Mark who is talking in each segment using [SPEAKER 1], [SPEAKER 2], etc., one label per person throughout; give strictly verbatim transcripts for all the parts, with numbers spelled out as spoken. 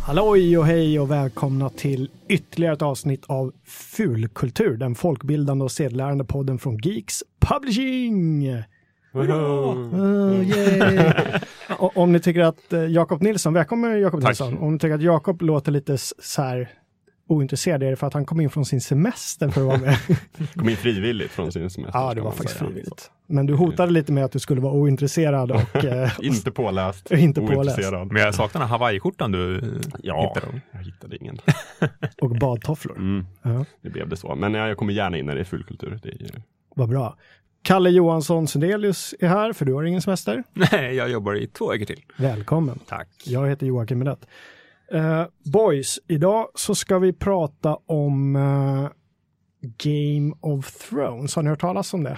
[SPEAKER 1] Halloj och hej och välkomna till ytterligare ett avsnitt av Fulkultur, den folkbildande och sedlärande podden från Geeks Publishing. Uh, yeah. Om ni tycker att uh, Jakob Nilsson, välkommen Jakob Nilsson. Om ni tycker att Jakob låter lite så här ointresserad, är det för att han kom in från sin semester för att vara med.
[SPEAKER 2] Kom in frivilligt från sin semester.
[SPEAKER 1] Ja, det var faktiskt säga. frivilligt. Men du hotade lite med att du skulle vara ointresserad och uh,
[SPEAKER 2] inte påläst.
[SPEAKER 1] Inte påläst.
[SPEAKER 3] Men jag saknar den här Hawaii-skjortan du
[SPEAKER 2] ja,
[SPEAKER 3] hittade.
[SPEAKER 2] jag hittade ingen.
[SPEAKER 1] Och badtofflor.
[SPEAKER 2] Mm.
[SPEAKER 1] Uh-huh.
[SPEAKER 2] Det blev det så. Men jag kommer gärna in när det är fulkultur. Det är ju...
[SPEAKER 1] Vad bra. Kalle Johansson Sundelius är här, för du har ingen semester.
[SPEAKER 3] Nej, jag jobbar i två veckor till.
[SPEAKER 1] Välkommen.
[SPEAKER 3] Tack.
[SPEAKER 1] Jag heter Joakim Minett. Uh, boys, idag så ska vi prata om uh, Game of Thrones. Har ni hört talas om det?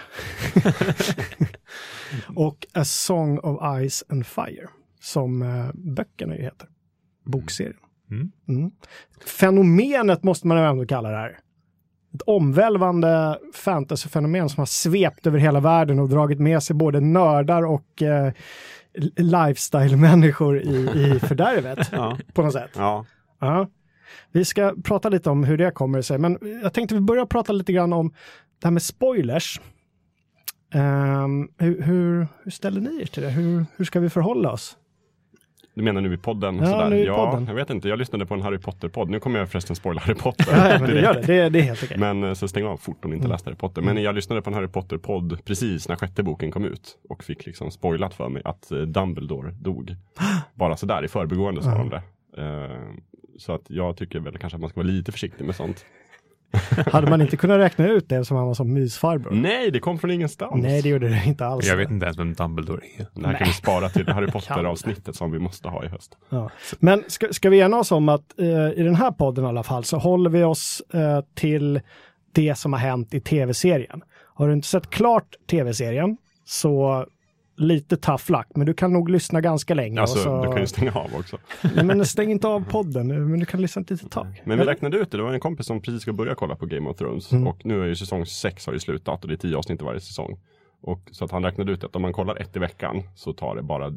[SPEAKER 1] Och A Song of Ice and Fire, som uh, böckerna ju heter. Bokserien.
[SPEAKER 3] Mm.
[SPEAKER 1] Mm. Fenomenet måste man ändå kalla det här. Ett omvälvande fantasyfenomen som har svept över hela världen och dragit med sig både nördar och eh, lifestyle-människor i, i fördärvet ja. På något sätt.
[SPEAKER 2] Ja.
[SPEAKER 1] Ja. Vi ska prata lite om hur det kommer sig, men jag tänkte vi börjar prata lite grann om det här med spoilers. Um, hur, hur, hur ställer ni er till det? Hur, hur ska vi förhålla oss?
[SPEAKER 2] Du menar nu i podden?
[SPEAKER 1] Ja,
[SPEAKER 2] sådär.
[SPEAKER 1] nu i
[SPEAKER 2] ja,
[SPEAKER 1] podden.
[SPEAKER 2] Jag vet inte, jag lyssnade på en Harry Potter-podd. Nu kommer jag förresten spoila Harry Potter.
[SPEAKER 1] Ja, men det gör det. Det, det är helt okej.
[SPEAKER 2] Men så stäng av fort om ni inte mm. läste Harry Potter. Men jag lyssnade på en Harry Potter-podd precis när sjätte boken kom ut. Och fick liksom spoilat för mig att Dumbledore dog. Bara sådär i förbigående sa de det. Uh, så att jag tycker väl kanske att man ska vara lite försiktig med sånt.
[SPEAKER 1] Hade man inte kunnat räkna ut det som han var som mysfarbror?
[SPEAKER 2] Nej, det kom från ingenstans.
[SPEAKER 1] Nej, det gjorde det inte alls.
[SPEAKER 3] Jag vet inte ens vem Dumbledore är.
[SPEAKER 2] Det här kan vi spara till Harry Potter-avsnittet som vi måste ha i höst.
[SPEAKER 1] Ja. Men ska, ska vi ena oss om att eh, i den här podden i alla fall så håller vi oss eh, till det som har hänt i tv-serien. Har du inte sett klart tv-serien så lite tough luck, men du kan nog lyssna ganska länge.
[SPEAKER 2] Alltså,
[SPEAKER 1] och så...
[SPEAKER 2] du kan ju stänga av också.
[SPEAKER 1] Nej, men stäng inte av podden, men du kan lyssna ett litet tag.
[SPEAKER 2] Men vi räknade ut det, det var en kompis som precis ska börja kolla på Game of Thrones. Mm. Och nu är ju säsong sex har ju slutat och det är tio avsnitt i varje säsong. Och så att han räknade ut att om man kollar ett i veckan så tar det bara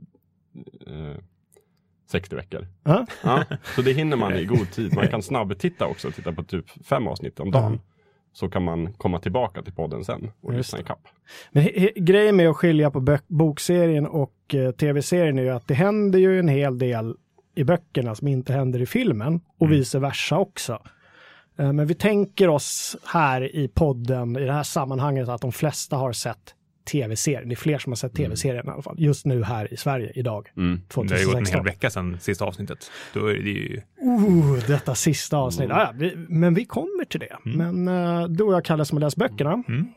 [SPEAKER 2] eh, sextio veckor.
[SPEAKER 1] Uh-huh.
[SPEAKER 2] Ja, så det hinner man i god tid. Man kan snabbtitta också, titta på typ fem avsnitt om dagen. Uh-huh. Så kan man komma tillbaka till podden sen och lyssna i kapp.
[SPEAKER 1] Men he- he- grejen med att skilja på bö- bokserien och uh, tv-serien är ju att det händer ju en hel del i böckerna som inte händer i filmen. Och mm. vice versa också. Uh, men vi tänker oss här i podden, i det här sammanhanget, att de flesta har sett tv-serien. Det är fler som har sett tv-serien mm. i alla fall. Just nu här i Sverige, idag.
[SPEAKER 2] Mm.
[SPEAKER 3] Det har ju gått en hel vecka sedan sista avsnittet. Då är det ju...
[SPEAKER 1] Uh, detta sista avsnitt. Mm. Ah, ja, vi, men vi kommer till det. Mm. Men uh, du och jag, Kalle, som har läst böckerna. Mm.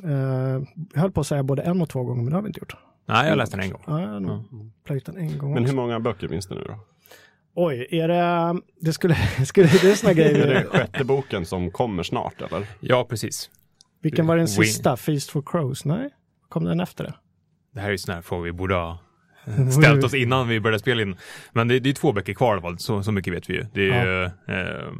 [SPEAKER 1] Uh, jag höll på att säga både en och två gånger, men det har vi inte gjort.
[SPEAKER 3] Nej, jag har läst den en gång.
[SPEAKER 1] Ja, jag har nog mm. plöjt den en gång.
[SPEAKER 2] Men
[SPEAKER 1] också.
[SPEAKER 2] hur många böcker finns det nu då?
[SPEAKER 1] Oj, är det... Det skulle... skulle det är såna grejer.
[SPEAKER 2] Är det sjätte boken som kommer snart, eller?
[SPEAKER 3] Ja, precis.
[SPEAKER 1] Vilken var den
[SPEAKER 3] Win.
[SPEAKER 1] sista? Feast for Crows? Nej? Kom den efter det?
[SPEAKER 3] Det här är ju sån här fråga vi borde ha ställt oss innan vi började spela in. Men det, det är två böcker kvar i alla fall, så, så mycket vet vi ju. Det är ju ja. uh,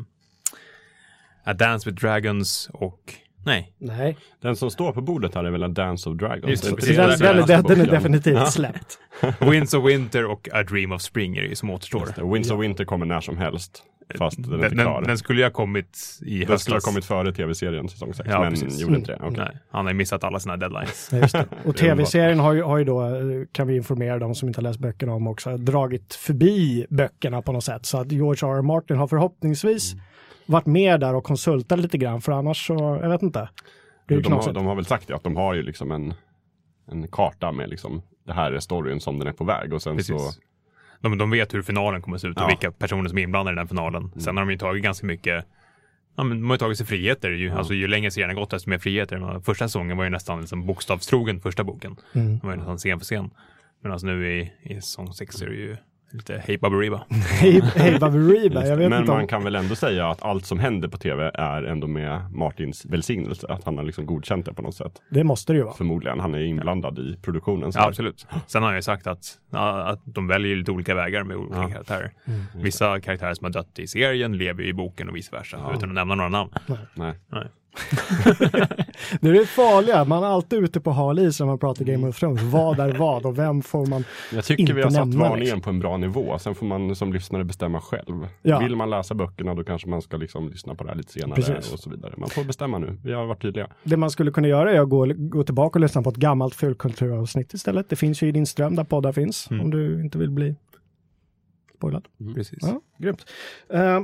[SPEAKER 3] A Dance with Dragons och... Nej.
[SPEAKER 1] Nej.
[SPEAKER 2] Den som står på bordet här är väl A Dance of Dragons.
[SPEAKER 1] Just, den, den, den, den, den är definitivt ja. släppt.
[SPEAKER 3] Winds of Winter och A Dream of Spring är det som återstår.
[SPEAKER 2] Winds
[SPEAKER 1] ja.
[SPEAKER 2] of Winter kommer när som helst. Fast den, den,
[SPEAKER 3] den, den, den skulle ju ha kommit i höstas.
[SPEAKER 2] Den skulle ha kommit före tv-serien säsong sex,
[SPEAKER 3] ja,
[SPEAKER 2] men
[SPEAKER 3] precis.
[SPEAKER 2] gjorde inte det. Okay.
[SPEAKER 3] Nej, han har missat alla sina deadlines.
[SPEAKER 1] Ja, just det. Och tv-serien har ju, har ju då, kan vi informera de som inte har läst böckerna om också, dragit förbi böckerna på något sätt. Så att George R. R. Martin har förhoppningsvis mm. varit med där och konsultat lite grann, för annars så, jag vet inte. Det är
[SPEAKER 2] de, har, de har väl sagt det, att de har ju liksom en, en karta med liksom, det här är storyn som den är på väg. Och sen precis. så...
[SPEAKER 3] De, de vet hur finalen kommer att se ut och ja. vilka personer som är inblandade i den finalen. Mm. Sen har de ju tagit ganska mycket, ja, men de har ju tagit sig friheter. Ju, ja. Alltså, ju längre serien har gått, desto mer friheter. Första säsongen var ju nästan liksom bokstavstrogen första boken. Mm. Det var ju nästan scen för scen. Men alltså nu i, i säsong sex är det ju lite hej baberiba.
[SPEAKER 1] Hej hey, baberiba, jag vet
[SPEAKER 2] Men
[SPEAKER 1] inte om...
[SPEAKER 2] man kan väl ändå säga att allt som händer på tv är ändå med Martins välsignelse. Att han har liksom godkänt det på något sätt.
[SPEAKER 1] Det måste det ju vara.
[SPEAKER 2] Förmodligen, han är inblandad ja. i produktionen.
[SPEAKER 3] Ja, absolut. Sen har jag ju sagt att, att de väljer lite olika vägar med olika ja. karaktärer. Mm. Vissa karaktärer som har dött i serien lever ju i boken och vice versa. Ja. Utan att nämna några namn.
[SPEAKER 2] Nej. Nej.
[SPEAKER 1] Det är det farliga. Man är alltid ute på hal is när man pratar Game of Thrones. Vad är vad och vem får man
[SPEAKER 2] Jag tycker
[SPEAKER 1] inte
[SPEAKER 2] vi har satt
[SPEAKER 1] nämna,
[SPEAKER 2] varningen
[SPEAKER 1] liksom.
[SPEAKER 2] på en bra nivå. Sen får man som lyssnare bestämma själv.
[SPEAKER 1] Ja.
[SPEAKER 2] Vill man läsa böckerna då kanske man ska liksom lyssna på det här lite senare. Precis. Och så vidare. Man får bestämma nu. Vi har varit tydliga.
[SPEAKER 1] Det man skulle kunna göra är att gå, gå tillbaka och lyssna på ett gammalt fulkulturavsnitt istället. Det finns ju i din ström där poddar finns. Mm. Om du inte vill bli spoilad.
[SPEAKER 3] Mm. Precis.
[SPEAKER 1] Ja, grymt. Uh,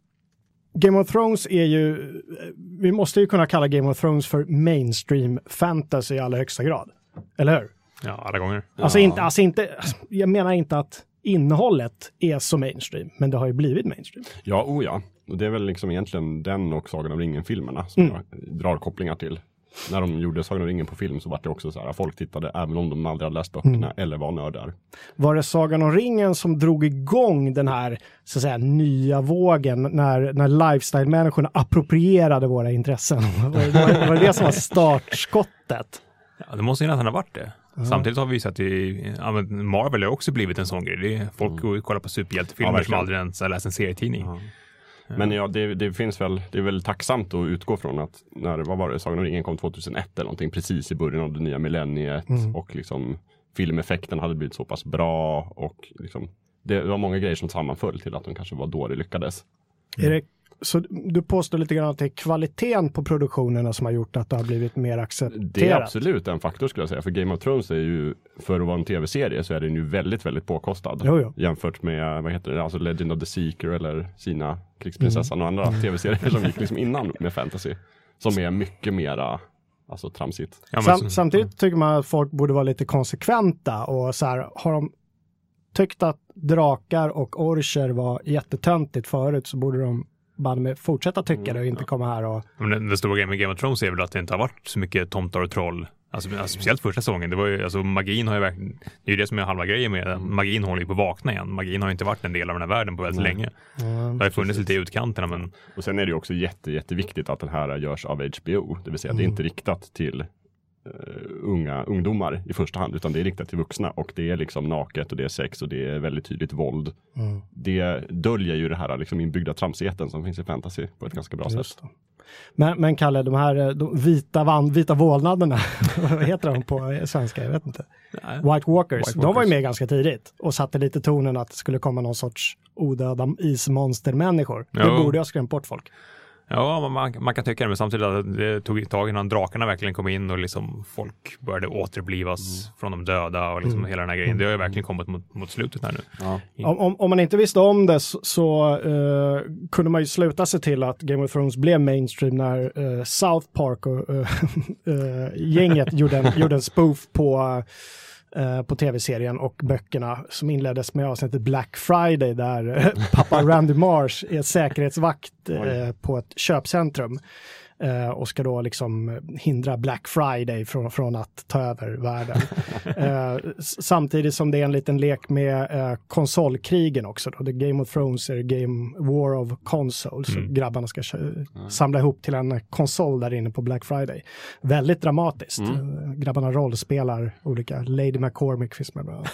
[SPEAKER 1] Game of Thrones är ju, vi måste ju kunna kalla Game of Thrones för mainstream fantasy i allra högsta grad. Eller hur?
[SPEAKER 3] Ja, alla gånger.
[SPEAKER 1] Alltså,
[SPEAKER 3] ja.
[SPEAKER 1] inte, alltså inte, jag menar inte att innehållet är så mainstream, men det har ju blivit mainstream.
[SPEAKER 2] Ja, oh ja. Och det är väl liksom egentligen den och Sagan om ringen-filmerna som
[SPEAKER 1] Mm.
[SPEAKER 2] jag drar kopplingar till. När de gjorde Sagan om ringen på film så var det också så här, folk tittade även om de aldrig hade läst böckerna mm. eller var nördar.
[SPEAKER 1] Var det Sagan om ringen som drog igång den här så att säga nya vågen när, när lifestyle-människorna approprierade våra intressen? Var det, var, var det det som var startskottet?
[SPEAKER 3] Ja, det måste ju nästan ha varit det. Mm. Samtidigt har vi sett att ja, Marvel har också blivit en sån grej. Det är folk går och kollar på superhjältefilmer ja, som aldrig ens har läst en serietidning. Ja.
[SPEAKER 2] Men ja, det, det finns väl, det är väl tacksamt att utgå från att när, vad var det, Sagan om ringen kom tjugohundraett eller någonting precis i början av det nya millenniet mm. och liksom filmeffekten hade blivit så pass bra och liksom, det var många grejer som sammanföll till att de kanske var då det lyckades.
[SPEAKER 1] Mm. Är det, så du påstår lite grann att det är kvaliteten på produktionerna som har gjort att det har blivit mer accepterat?
[SPEAKER 2] Det är absolut en faktor skulle jag säga, för Game of Thrones är ju, för att vara en tv-serie så är den ju väldigt, väldigt påkostad.
[SPEAKER 1] Jo, jo.
[SPEAKER 2] Jämfört med, vad heter det, alltså Legend of the Seeker eller sina Krigsprinsessan mm. och andra tv-serier som gick liksom innan med fantasy. Som är mycket mera, alltså tramsigt.
[SPEAKER 1] Ja, Sam, så, samtidigt tycker man att folk borde vara lite konsekventa och så här, har de tyckt att drakar och orcher var jättetöntigt förut så borde de bara med fortsätta tycka det och inte komma här och...
[SPEAKER 3] Men den, den stora grejen med Game of Thrones är väl att det inte har varit så mycket tomtar och troll. Alltså, alltså speciellt första säsongen. Det var ju, alltså magin har ju verkligen... Det är ju det som är halva grejen med det. Magin håller ju på att vakna igen. Magin har ju inte varit en del av den här världen på väldigt mm. länge. Mm, det har funnits lite i utkanterna, men...
[SPEAKER 2] Och sen är det ju också jätte, jätteviktigt att den här görs av H B O. Det vill säga mm. det är inte riktat till uh, unga ungdomar i första hand, utan det är riktat till vuxna. Och det är liksom naket och det är sex och det är väldigt tydligt våld. Mm. Det döljer ju det här liksom inbyggda tramsigheten som finns i fantasy på ett ganska bra Just sätt. Det.
[SPEAKER 1] Men, men Kalle, de här de vita, van, vita vålnaderna, vad heter de på svenska? Jag vet inte. Nej. White Walkers, White de var ju med ganska tidigt och satte lite tonen att det skulle komma någon sorts odöda ismonstermänniskor. Det jo. borde ha skrämt bort folk.
[SPEAKER 3] Ja, man, man kan tycka det, men samtidigt att det tog tag innan drakarna verkligen kom in och liksom folk började återupplivas mm. från de döda och liksom mm. hela den här grejen. Det har ju verkligen kommit mot, mot slutet här nu. Ja.
[SPEAKER 1] Om, om, om man inte visste om det så, så uh, kunde man ju sluta sig till att Game of Thrones blev mainstream när uh, South Park och uh, uh, gänget gjorde en, gjorde en spoof på uh, Uh, på tv-serien och böckerna som inleddes med avsnittet Black Friday där uh, pappa Randy Marsh är säkerhetsvakt uh, på ett köpcentrum uh, och ska då liksom hindra Black Friday från, från att ta över världen. uh, samtidigt som det är en liten lek med uh, konsolkrigen också då. The Game of Thrones är Game War of Consoles mm. så grabbarna ska mm. samla ihop till en konsol där inne på Black Friday. Väldigt dramatiskt. Mm. Grabbarna rollspelar olika. Lady McCormick finns med bra.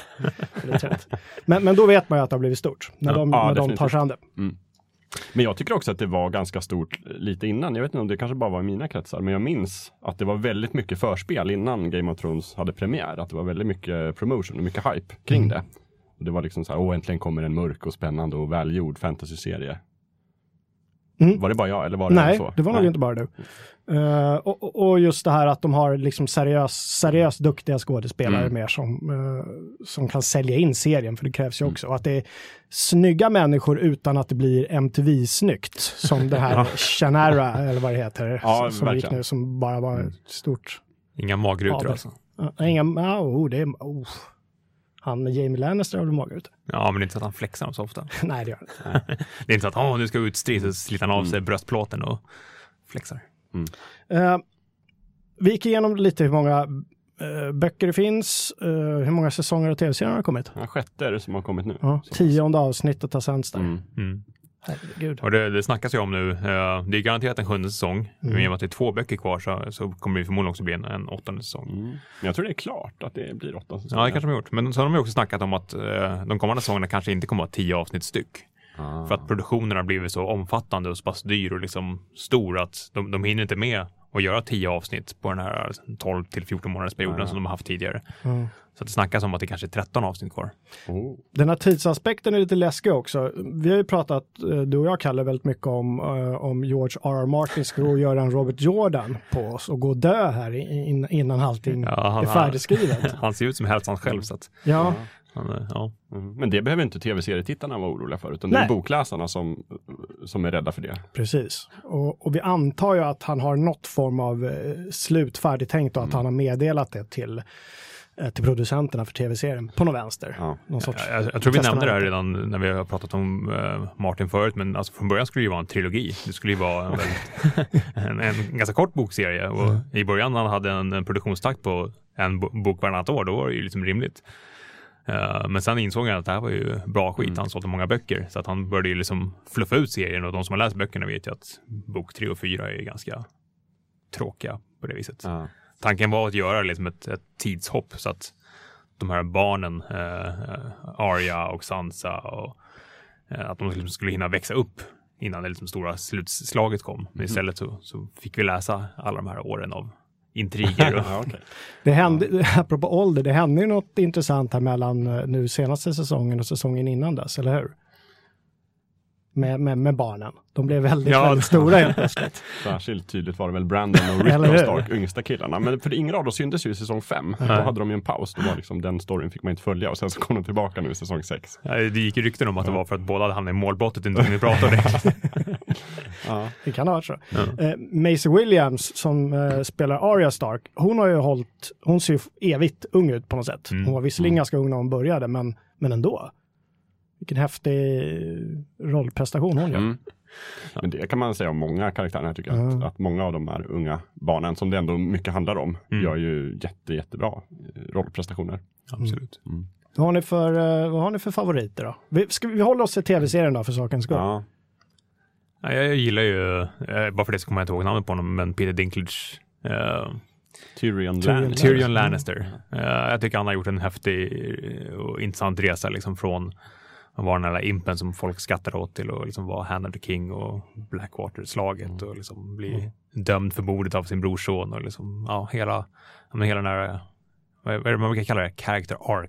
[SPEAKER 1] men, men då vet man ju att det har blivit stort när
[SPEAKER 2] ja,
[SPEAKER 1] de,
[SPEAKER 2] ja,
[SPEAKER 1] när de tar sig an det.
[SPEAKER 2] Mm. Men jag tycker också att det var ganska stort lite innan. Jag vet inte om det kanske bara var i mina kretsar. Men jag minns att det var väldigt mycket förspel innan Game of Thrones hade premiär. Att det var väldigt mycket promotion och mycket hype kring mm. det. Och det var liksom så här, åh äntligen kommer en mörk och spännande och välgjord fantasy-serie. Mm. Var det bara jag eller var det
[SPEAKER 1] Nej,
[SPEAKER 2] så?
[SPEAKER 1] det var nog inte bara du. Uh, och, och just det här att de har liksom seriös, seriöst duktiga skådespelare mm. mer som, uh, som kan sälja in serien, för det krävs ju också. Mm. Och att det är snygga människor utan att det blir M T V-snyggt. Som det här Shannara eller vad det heter.
[SPEAKER 2] Ja,
[SPEAKER 1] som, gick nu, som bara var ett stort...
[SPEAKER 3] Inga magrutor alltså?
[SPEAKER 1] Uh, inga, oh, det är... Oh. Han Jamie Lannister har väl magar ute.
[SPEAKER 3] Ja, men det är inte så att han flexar dem så ofta.
[SPEAKER 1] Nej, det gör han inte.
[SPEAKER 3] Det är inte så att oh, nu ska ut strid så sliter han av sig mm. bröstplåten och flexar.
[SPEAKER 1] Mm. Uh, vi gick igenom lite hur många uh, böcker det finns, uh, hur många säsonger och tv-serier har kommit.
[SPEAKER 2] Ja, sjätte är det som har kommit nu.
[SPEAKER 1] Ja, tionde avsnittet har sänds där.
[SPEAKER 3] Mm. Mm.
[SPEAKER 1] Herregud.
[SPEAKER 3] Och det, det snackas ju om nu. Uh, det är garanterat en sjunde säsong. Mm. Men i och med att det är två böcker kvar så, så kommer det förmodligen också bli en, en åttonde säsong. Mm. Men
[SPEAKER 2] jag tror det är klart att det blir åtta säsonger.
[SPEAKER 3] Ja, det kanske de har gjort. Men så har de ju också snackat om att uh, de kommande säsongerna kanske inte kommer att ha tio avsnitt styck.
[SPEAKER 2] Ah.
[SPEAKER 3] För att produktionen har blivit så omfattande och så pass dyr och liksom stor att de, de hinner inte med att göra tio avsnitt på den här tolv till fjorton månaders perioden ah. som de har haft tidigare. Mm. Så det snackas om att det kanske är tretton avsnitt kvar.
[SPEAKER 2] Oh.
[SPEAKER 1] Den här tidsaspekten är lite läskig också. Vi har ju pratat, du och jag Kalle, väldigt mycket om, om George R R. Martin ska gå och göra en Robert Jordan på oss och gå och dö här in, innan allting ja, han, är färdigskrivet.
[SPEAKER 3] Han ser ut som hälsan själv. Så att,
[SPEAKER 1] ja.
[SPEAKER 3] Han, ja.
[SPEAKER 2] Mm. Men det behöver inte tv-serietittarna vara oroliga för, utan det är bokläsarna som, som är rädda för det.
[SPEAKER 1] Precis. Och, och vi antar ju att han har något form av eh, slut färdigtänkt och att mm. han har meddelat det till till producenterna för tv-serien på någon vänster. Ja. Någon sorts
[SPEAKER 3] jag, jag, jag tror vi nämnde det här redan när vi har pratat om uh, Martin förut, men alltså från början skulle det ju vara en trilogi. Det skulle ju vara en, väldigt, en, en ganska kort bokserie och mm. i början han hade en, en produktionstakt på en bok varannat år, då var det ju liksom rimligt. Uh, men sen insåg han att det här var ju bra skit. Mm. Han sålde många böcker så att han började ju liksom fluffa ut serien och de som har läst böckerna vet ju att bok tre och fyra är ganska tråkiga på det viset. Ja. Tanken var att göra liksom ett, ett tidshopp så att de här barnen, eh, Arya och Sansa, och, eh, att de liksom skulle hinna växa upp innan det liksom stora slutslaget kom. Men istället så, så fick vi läsa alla de här åren av intriger. Och...
[SPEAKER 1] ja, okay. Det hände, apropå ålder, det hände ju något intressant här mellan nu senaste säsongen och säsongen innan dess, eller hur? Med, med, med barnen. De blev väldigt, ja, väldigt stora helt plötsligt.
[SPEAKER 2] Särskilt tydligt var det väl Brandon och Rick och Stark, yngsta killarna. Men för ingen av dem syntes ju i säsong fem. Mm. Då hade de ju en paus. Då var liksom, den storyn fick man inte följa. Och sen så kom de tillbaka nu i säsong sex.
[SPEAKER 3] Ja, det gick ju rykten om att det var för att båda hade hamnat i målbrottet inte vi pratade det.
[SPEAKER 1] Ja. Det kan ha varit så. Ja. Eh, Maisie Williams som eh, spelar Arya Stark, hon har ju hållit, hon ser ju evigt ung ut på något sätt. Mm. Hon var visserligen mm. ganska ung när hon började, men, men ändå. Vilken häftig rollprestation hon gör. Mm.
[SPEAKER 2] Ja. Men det kan man säga om många karaktärer här tycker jag. Mm. Att, att många av de här unga barnen som det ändå mycket handlar om mm. gör ju jätte, jättebra rollprestationer.
[SPEAKER 3] Absolut. Mm.
[SPEAKER 1] Vad, har ni för, vad har ni för favoriter då? Vi, ska vi hålla oss till tv-serien då för sakens skull?
[SPEAKER 3] Ja. Ja, jag gillar ju, eh, bara för det så kommer jag inte ihåg namnet på honom, men Peter Dinklage... Eh,
[SPEAKER 2] Tyrion,
[SPEAKER 3] Tyrion
[SPEAKER 2] Lannister.
[SPEAKER 3] Tyrion Lannister. Mm. Uh, jag tycker han har gjort en häftig och intressant resa liksom från att vara den där impen som folk skrattar åt till att liksom vara Hand of the King och Blackwater-slaget mm. och liksom bli mm. dömd för mordet av sin brorson och liksom, ja, hela, ja, hela den här, vad är det man brukar kalla det? Character arc.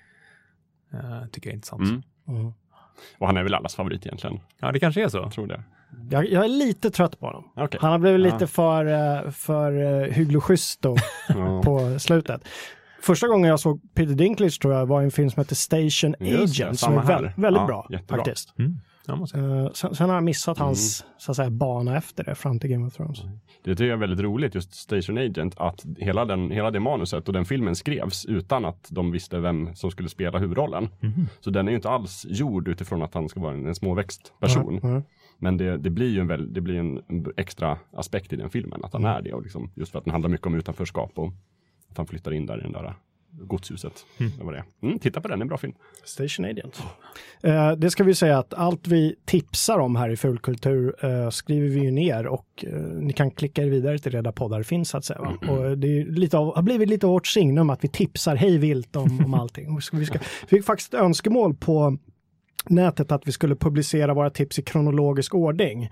[SPEAKER 3] Uh, tycker jag är intressant. Mm.
[SPEAKER 2] Mm. Och han är väl allas favorit egentligen.
[SPEAKER 3] Ja, det kanske är så.
[SPEAKER 2] Jag tror det.
[SPEAKER 1] Jag, jag är lite trött på honom.
[SPEAKER 2] Okay.
[SPEAKER 1] Han har blivit
[SPEAKER 2] ja.
[SPEAKER 1] lite för, för uh, hygglig och schysst då, på slutet. Första gången jag såg Peter Dinklage tror jag var en film som heter Station Agent det, som är vä- väldigt ja, bra jättebra. Faktiskt. Mm. Uh, sen, sen har jag missat hans mm. så att säga, bana efter det fram till Game of Thrones. Mm.
[SPEAKER 2] Det tycker jag är väldigt roligt just Station Agent att hela, den, hela det manuset och den filmen skrevs utan att de visste vem som skulle spela huvudrollen. Mm. Så den är ju inte alls gjord utifrån att han ska vara en, en småväxt person. Mm. Mm. Men det, det blir ju en, väl, det blir en, en extra aspekt i den filmen att han är det. Och liksom, just för att den handlar mycket om utanförskap och att han flyttar in där i den där godshuset. Mm. Det var det. Mm, titta på den, en bra film.
[SPEAKER 1] Station Agent. Uh, det ska vi säga att allt vi tipsar om här i Fulkultur uh, skriver vi ju ner och uh, ni kan klicka er vidare till reda poddar finns så att säga. Mm. Och det är lite av, har blivit lite av vårt signum att vi tipsar hej vilt om, om allting. Vi, ska, vi, ska, vi fick faktiskt ett önskemål på nätet att vi skulle publicera våra tips i kronologisk ordning.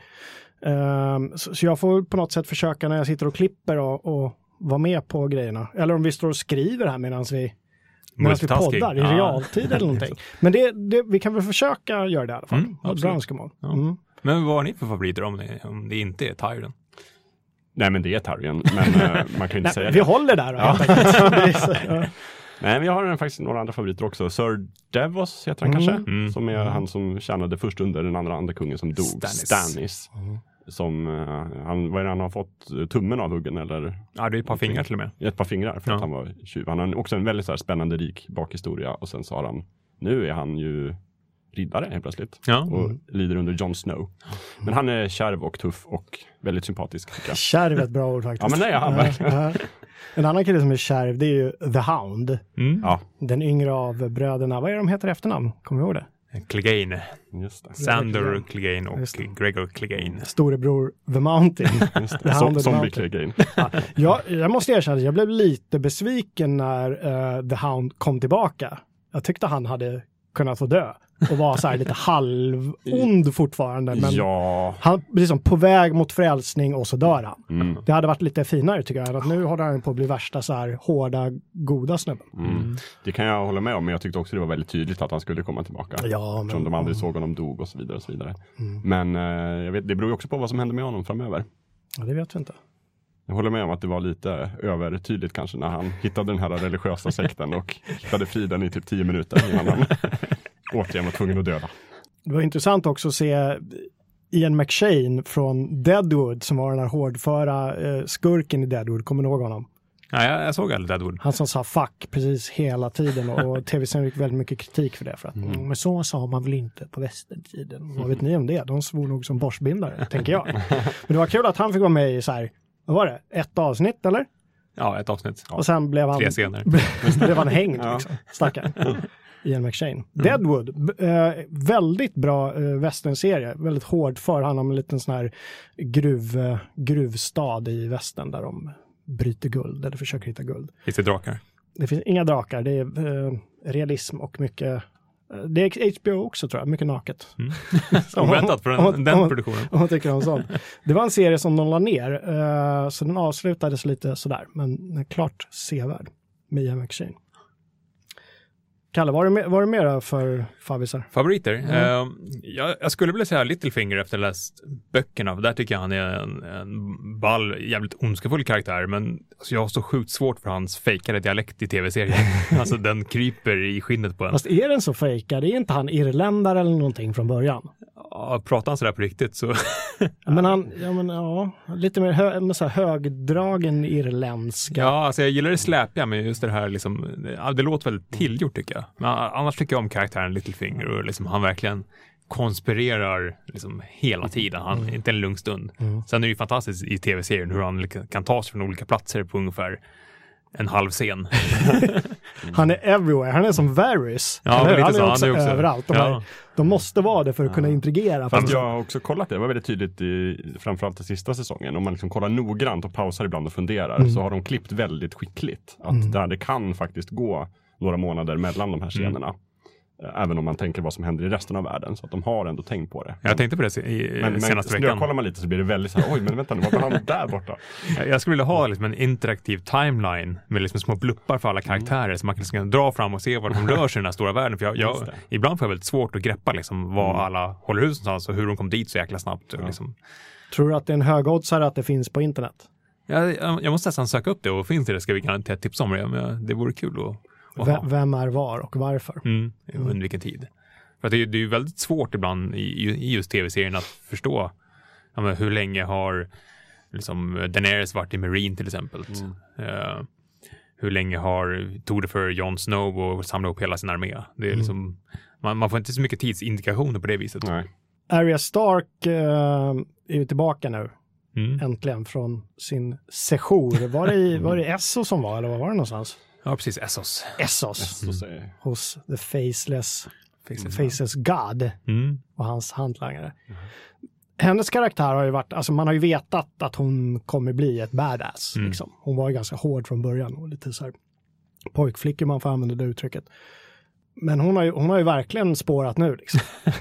[SPEAKER 1] Uh, så, så jag får på något sätt försöka när jag sitter och klipper och, och vara med på grejerna. Eller om vi står och skriver här medan vi, medan vi poddar i ja. realtid eller någonting. Men det, det, vi kan väl försöka göra det i alla fall. Mm, bra önskemål. Ja. Mm.
[SPEAKER 3] Men vad har ni för favoriter om det, om det inte är Tyrion?
[SPEAKER 2] Nej, men det är Tyrion. Men uh, man kan ju inte
[SPEAKER 1] Nej,
[SPEAKER 2] säga
[SPEAKER 1] vi
[SPEAKER 2] det.
[SPEAKER 1] Vi håller där då.
[SPEAKER 2] Ja.
[SPEAKER 1] ja.
[SPEAKER 2] Nej, men jag har faktiskt några andra favoriter också. Sir Davos heter han mm. kanske. Mm. Som är mm. han som tjänade först under den andra andra kungen som dog.
[SPEAKER 3] Stannis.
[SPEAKER 2] Stannis. Mm. Som, uh, han, vad är det, han har fått tummen av huggen eller?
[SPEAKER 3] Ja, det är ett par fingrar till och med.
[SPEAKER 2] Ett par fingrar för
[SPEAKER 3] ja.
[SPEAKER 2] att han var tjuv. Han har också en väldigt så här, spännande rik bakhistoria. Och sen så har han, nu är han ju riddare helt plötsligt.
[SPEAKER 3] Ja.
[SPEAKER 2] Och lider under Jon Snow. Men han är kärv och tuff och väldigt sympatisk.
[SPEAKER 1] Kärv är ett bra ord faktiskt.
[SPEAKER 2] Ja, men det är han verkligen.
[SPEAKER 1] En annan kille som är kärv, det är ju The Hound.
[SPEAKER 2] Mm. Ja.
[SPEAKER 1] Den yngre av bröderna. Vad är de heter efternamn? Kommer du ihåg det?
[SPEAKER 3] Clegane.
[SPEAKER 2] Just det.
[SPEAKER 3] Sander Clegane och Gregor Clegane.
[SPEAKER 1] Storebror The Mountain.
[SPEAKER 2] Just det. Som, zombie Clegane.
[SPEAKER 1] Ja, jag, jag måste erkänna att jag blev lite besviken när uh, The Hound kom tillbaka. Jag tyckte han hade kunnat få dö. Och var så här lite halvond fortfarande. Men
[SPEAKER 2] ja.
[SPEAKER 1] han är liksom på väg mot frälsning och så dör han.
[SPEAKER 2] Mm.
[SPEAKER 1] Det hade varit lite finare tycker jag. Att nu håller han på att bli värsta så här hårda, goda snubben.
[SPEAKER 2] Mm. Det kan jag hålla med om, men jag tyckte också det var väldigt tydligt att han skulle komma tillbaka.
[SPEAKER 1] Ja, men,
[SPEAKER 2] eftersom de aldrig
[SPEAKER 1] mm.
[SPEAKER 2] såg honom dog och så vidare. Och så vidare.
[SPEAKER 1] Mm.
[SPEAKER 2] Men eh, jag vet, det beror ju också på vad som händer med honom framöver.
[SPEAKER 1] Ja, det vet vi inte.
[SPEAKER 2] Jag håller med om att det var lite övertydligt kanske när han hittade den här religiösa sekten och hittade friden i typ tio minuter innan han återigen var tvungen att döda.
[SPEAKER 1] Det var intressant också att se Ian McShane från Deadwood som var den här hårdföra eh, skurken i Deadwood. Kommer ni ihåg honom?
[SPEAKER 3] Ja, jag, jag såg aldrig Deadwood.
[SPEAKER 1] Han som sa fuck precis hela tiden och tv-serien fick väldigt mycket kritik för det. För att, mm. Men så sa man väl inte på västertiden. Mm. Vad vet ni om det? De svor nog som borsbindare, tänker jag. Men det var kul att han fick vara med i så här, vad var det? Ett avsnitt, eller?
[SPEAKER 3] Ja, ett avsnitt. Ja.
[SPEAKER 1] Och sen blev han...
[SPEAKER 3] Tre scener.
[SPEAKER 1] blev han hängd, liksom. Stackare. Ian McShane. Mm. Deadwood, eh, väldigt bra eh, westernserie. Väldigt hård för han om en liten sån här gruv, eh, gruvstad i västern där de bryter guld eller försöker hitta guld.
[SPEAKER 3] Finns det drakar?
[SPEAKER 1] Det finns inga drakar. Det är eh, realism och mycket... Eh, det är H B O också tror jag. Mycket naket.
[SPEAKER 3] Mm. Oväntat för den,
[SPEAKER 1] om,
[SPEAKER 3] den
[SPEAKER 1] om,
[SPEAKER 3] produktionen.
[SPEAKER 1] Om man tycker om sånt. Det var en serie som de la ner. Eh, så den avslutades lite sådär. Men den är klart sevärd med Ian McShane. Kalle, var det, med, var det mera för favisar?
[SPEAKER 3] Favoriter?
[SPEAKER 1] Mm.
[SPEAKER 3] Uh, jag, jag skulle vilja säga Littlefinger efter att ha läst böckerna. För där tycker jag han är en, en ball, jävligt ondskefull karaktär. Men alltså, jag har så sjukt svårt för hans fejkade dialekt i tv-serien. Alltså den kryper i skinnet på en.
[SPEAKER 1] Fast är den så fejkad? Är inte han irländare eller någonting från början?
[SPEAKER 3] Ja, pratar han sådär på riktigt så...
[SPEAKER 1] Men han, ja men ja, lite mer hö, med så här högdragen irländska.
[SPEAKER 3] Ja, alltså jag gillar det släpiga, men just det här liksom, det, det låter väl tillgjort tycker jag. Men annars tycker jag om karaktären Littlefinger och liksom han verkligen konspirerar liksom hela tiden. Han mm. inte en lugn stund. Mm. Sen är det ju fantastiskt i tv-serien hur han kan ta sig från olika platser på ungefär en halv scen.
[SPEAKER 1] Han är everywhere. Han är som Varys.
[SPEAKER 3] Ja,
[SPEAKER 1] han är, han är
[SPEAKER 3] så,
[SPEAKER 1] också,
[SPEAKER 3] han är också
[SPEAKER 1] överallt. De,
[SPEAKER 3] ja.
[SPEAKER 1] är, de måste vara det för att kunna intrigera.
[SPEAKER 2] Fast jag har också kollat det. Det var väldigt tydligt i framförallt den sista säsongen. Om man liksom kollar noggrant och pausar ibland och funderar mm. så har de klippt väldigt skickligt. Att mm. där det kan faktiskt gå några månader mellan de här scenerna. Mm. Även om man tänker vad som händer i resten av världen. Så att de har ändå tänkt på det.
[SPEAKER 3] Jag tänkte på det i
[SPEAKER 2] men,
[SPEAKER 3] senaste
[SPEAKER 2] men,
[SPEAKER 3] veckan.
[SPEAKER 2] kollar man lite så blir det väldigt så här, oj men vänta nu, vad var han där borta?
[SPEAKER 3] Jag skulle vilja ha liksom en interaktiv timeline med liksom små bluppar för alla karaktärer. Mm. Så man kan liksom dra fram och se var de rör sig i den här stora världen. För jag, jag, ibland får jag väldigt svårt att greppa liksom, var mm. alla håller hus någonstans och hur de kom dit så jäkla snabbt. Ja. Liksom.
[SPEAKER 1] Tror du att det är en högoddsare att det finns på internet?
[SPEAKER 3] Jag, jag, jag måste nästan söka upp det och finns det, det ska vi garanterat tipsa om det. Men det vore kul att
[SPEAKER 1] V- Vem är var och varför?
[SPEAKER 3] Mm, under mm. vilken tid. För att det, är, det är ju väldigt svårt ibland i, i just tv-serien att förstå ja, men hur länge har liksom, Daenerys varit i Marine till exempel. Mm. Uh, hur länge har tog det för Jon Snow och samla upp hela sin armé. Det är mm. liksom, man, man får inte så mycket tidsindikationer på det viset.
[SPEAKER 2] Nej.
[SPEAKER 1] Arya Stark uh, är ju tillbaka nu.
[SPEAKER 3] Mm.
[SPEAKER 1] Äntligen från sin sejour. Var det, i, var det Essos som var eller vad var det någonstans?
[SPEAKER 3] Ja, precis. Essos.
[SPEAKER 1] Essos.
[SPEAKER 2] Essos mm.
[SPEAKER 1] Hos The Faceless,
[SPEAKER 3] Faceless,
[SPEAKER 1] Faceless God
[SPEAKER 3] mm.
[SPEAKER 1] och hans hantlangare. Mm. Hennes karaktär har ju varit, alltså man har ju vetat att hon kommer bli ett badass. Mm. Liksom. Hon var ju ganska hård från början och lite så här pojkflickor man får använda det uttrycket. Men hon har ju, hon har ju verkligen spårat nu liksom.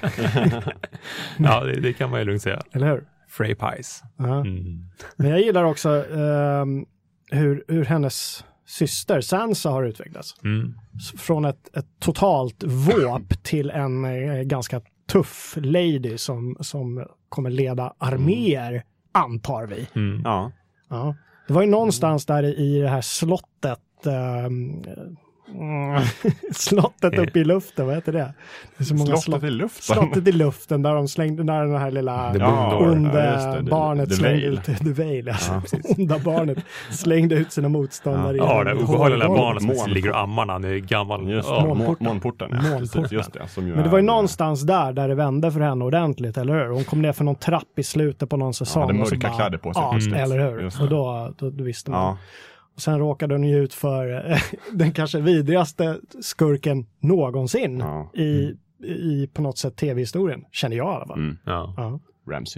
[SPEAKER 3] Ja, det, det kan man ju lugnt säga.
[SPEAKER 1] Eller hur?
[SPEAKER 3] Frey Pies.
[SPEAKER 1] Uh-huh. Mm. Men jag gillar också uh, hur, hur hennes syster Sansa har utvecklats.
[SPEAKER 3] Mm.
[SPEAKER 1] Från ett, ett totalt våp till en eh, ganska tuff lady som, som kommer leda arméer, mm. antar vi.
[SPEAKER 3] Mm.
[SPEAKER 2] Ja.
[SPEAKER 1] Ja. Det var ju någonstans där i, i det här slottet eh, Mm. slottet uppe i luften, vad heter det? Det är så många
[SPEAKER 2] slottet
[SPEAKER 1] slott,
[SPEAKER 2] i luften?
[SPEAKER 1] Slottet i luften där de slängde, där den här lilla
[SPEAKER 2] ja,
[SPEAKER 1] onda
[SPEAKER 2] ja,
[SPEAKER 1] barnet
[SPEAKER 2] the
[SPEAKER 1] slängde
[SPEAKER 2] veil.
[SPEAKER 1] ut, the veil, alltså.
[SPEAKER 2] Ja,
[SPEAKER 1] onda barnet slängde ut sina motståndare.
[SPEAKER 3] Ja, det obehagliga barnet som
[SPEAKER 2] Mån.
[SPEAKER 3] ligger och ammar när han är gammal.
[SPEAKER 2] Just
[SPEAKER 3] ja.
[SPEAKER 2] Månporten. Månporten, ja.
[SPEAKER 1] Månporten.
[SPEAKER 2] Just det, som
[SPEAKER 1] Men det var ju någonstans där där det vände för henne ordentligt, eller hur? Hon kom ner för någon trapp i slutet på någon säsong.
[SPEAKER 2] Ja, hade
[SPEAKER 1] och så
[SPEAKER 2] mörka
[SPEAKER 1] bara,
[SPEAKER 2] kläder på sig.
[SPEAKER 1] Ja,
[SPEAKER 2] Mm.
[SPEAKER 1] eller hur? Och då, då, då visste man.
[SPEAKER 2] Ja.
[SPEAKER 1] Och sen råkade hon ju ut för eh, den kanske vidrigaste skurken någonsin
[SPEAKER 2] ja.
[SPEAKER 1] i, i på något sätt tv-historien. Känner jag i alla fall.
[SPEAKER 2] Mm.
[SPEAKER 3] Ja.
[SPEAKER 1] Ja.
[SPEAKER 2] Ramsay.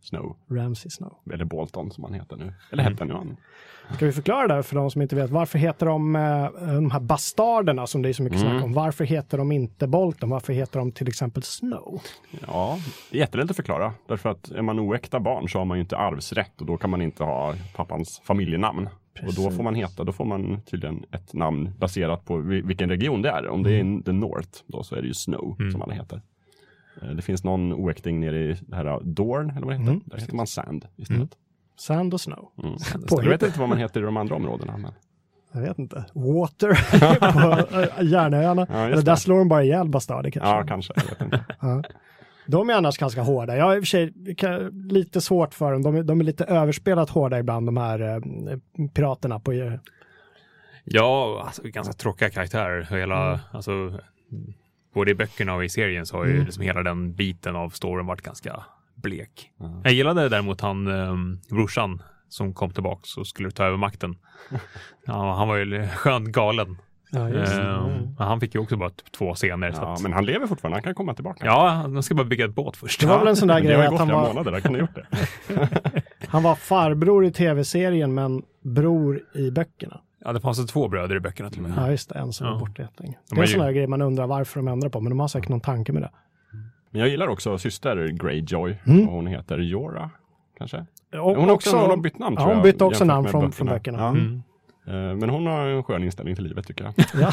[SPEAKER 2] Snow.
[SPEAKER 1] Ramsay Snow.
[SPEAKER 2] Eller Bolton som han heter nu. Eller hette mm. han?
[SPEAKER 1] Ska vi förklara det för de som inte vet? Varför heter de eh, de här bastarderna som det är så mycket mm. snack om? Varför heter de inte Bolton? Varför heter de till exempel Snow?
[SPEAKER 2] Ja, det är jättelätt att förklara. Därför att är man oäkta barn så har man ju inte arvsrätt och då kan man inte ha pappans familjenamn. Precis. Och då får man heta, då får man tydligen ett namn baserat på vilken region det är. Om det är in the North, då så är det ju Snow mm. som alla heter. Det finns någon oäkting nere i det här Dorn, eller vad det heter. Mm. Där heter man Sand istället. Mm.
[SPEAKER 1] Sand och Snow.
[SPEAKER 2] Mm. Jag vet inte vad man heter i de andra områdena. Men...
[SPEAKER 1] Jag vet inte. Water på Järnöarna. Ja, eller där slår de bara ihjäl bastarder kanske.
[SPEAKER 2] Ja, kanske. Jag vet inte.
[SPEAKER 1] Ja. De är annars ganska hårda. Jag har i och för sig lite svårt för dem. De är, de är lite överspelat hårda ibland, de här eh, piraterna på... Eh...
[SPEAKER 3] Ja, alltså ganska tråkiga karaktärer. Hela, mm. alltså, både i böckerna och i serien så har ju mm. liksom hela den biten av storyn varit ganska blek. Mm. Jag gillade däremot han, eh, brorsan som kom tillbaka och skulle ta över makten. Ja, han var ju skönt galen. Ja, just det. Mm. Han fick ju också bara typ två scener.
[SPEAKER 2] Ja,
[SPEAKER 3] så att...
[SPEAKER 2] men han lever fortfarande, han kan komma tillbaka.
[SPEAKER 3] Ja, han ska bara bygga ett båt först.
[SPEAKER 1] Det var väl en sån där grej att han var...
[SPEAKER 2] månader, där kan ha gjort det.
[SPEAKER 1] Han var farbror i tv-serien men bror i böckerna.
[SPEAKER 3] Ja, det fanns alltså två bröder i böckerna till och med.
[SPEAKER 1] Ja, just det, en som ja. var borta jättelänge. Det är en sån där ju... grej man undrar varför de ändrar på, men de har säkert någon tanke med det.
[SPEAKER 2] Men jag gillar också syster Greyjoy,
[SPEAKER 1] mm.
[SPEAKER 2] och hon heter Jorah, kanske.
[SPEAKER 1] Och
[SPEAKER 2] hon har också, också bytt namn,
[SPEAKER 1] ja,
[SPEAKER 2] tror jag.
[SPEAKER 1] Hon bytte också namn från, från böckerna.
[SPEAKER 2] Ja.
[SPEAKER 1] Mm.
[SPEAKER 2] Men hon har en skön inställning till livet, tycker jag.
[SPEAKER 1] Ja.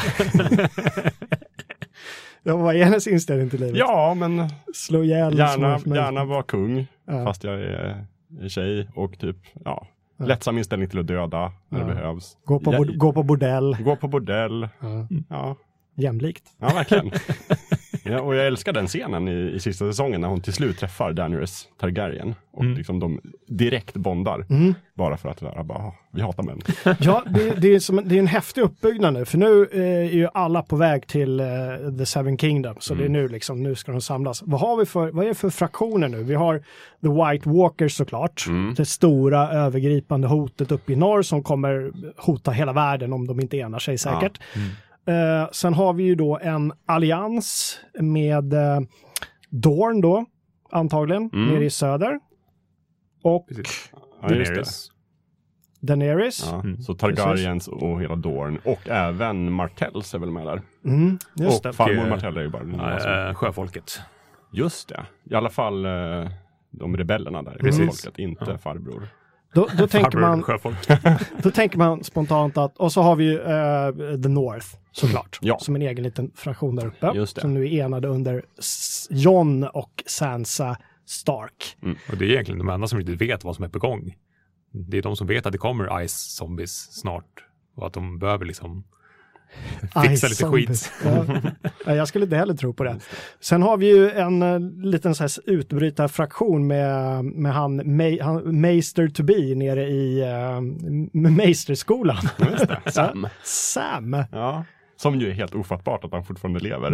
[SPEAKER 1] Ja, vad är hennes inställning till livet?
[SPEAKER 2] Ja, men
[SPEAKER 1] slå ihjäl
[SPEAKER 2] gärna, gärna vara kung, ja. fast jag är tjej, och typ, ja, ja. lättsam inställning till att döda när ja. det behövs.
[SPEAKER 1] Gå på,
[SPEAKER 2] jag,
[SPEAKER 1] gå på bordell.
[SPEAKER 2] Gå på bordell,
[SPEAKER 1] ja.
[SPEAKER 2] ja.
[SPEAKER 1] Jämlikt.
[SPEAKER 2] Ja, verkligen. Ja, och jag älskar den scenen i, i sista säsongen när hon till slut träffar Daenerys Targaryen och mm. liksom de direkt bondar mm. bara för att vara bara, vi hatar män.
[SPEAKER 1] Ja, det, det, är som, det är en häftig uppbyggnad nu, för nu eh, är ju alla på väg till eh, The Seven Kingdoms, så mm. det är nu liksom, nu ska de samlas. Vad har vi för, vad är det för fraktioner nu? Vi har The White Walkers såklart, mm. det stora övergripande hotet uppe i norr som kommer hota hela världen om de inte enar sig säkert. Ja. Mm. Uh, sen har vi ju då en allians med uh, Dorn då, antagligen, mm. nere i söder. Och
[SPEAKER 2] ja, Daenerys.
[SPEAKER 1] Daenerys.
[SPEAKER 2] Ja, mm. Så Targaryens och hela Dorn. Och även Martells är väl med där.
[SPEAKER 1] Mm, just
[SPEAKER 2] och
[SPEAKER 1] det.
[SPEAKER 2] farmor Martell är ju bara...
[SPEAKER 3] Ja, äh, sjöfolket.
[SPEAKER 2] Just det. I alla fall uh, de rebellerna där. Mm. Sjöfolket, inte ja. farbror.
[SPEAKER 1] Då, då, tänker man, då tänker man spontant att, och så har vi ju uh, The North såklart,
[SPEAKER 2] ja.
[SPEAKER 1] som en egen liten fraktion där uppe, som nu är enade under Jon och Sansa Stark.
[SPEAKER 3] Mm. Och det är egentligen de enda som inte vet vad som är på gång. Det är de som vet att det kommer Ice Zombies snart och att de behöver liksom fixa lite skit.
[SPEAKER 1] Ja. Jag skulle inte heller tro på det. Sen har vi ju en uh, liten så här utbrytarfraktion med, med han, Ma- han Meister to be nere i uh, Meisterskolan.
[SPEAKER 2] Just det. Sam.
[SPEAKER 1] Sam.
[SPEAKER 2] Ja. Som ju är helt ofattbart att han fortfarande lever.
[SPEAKER 1] Det,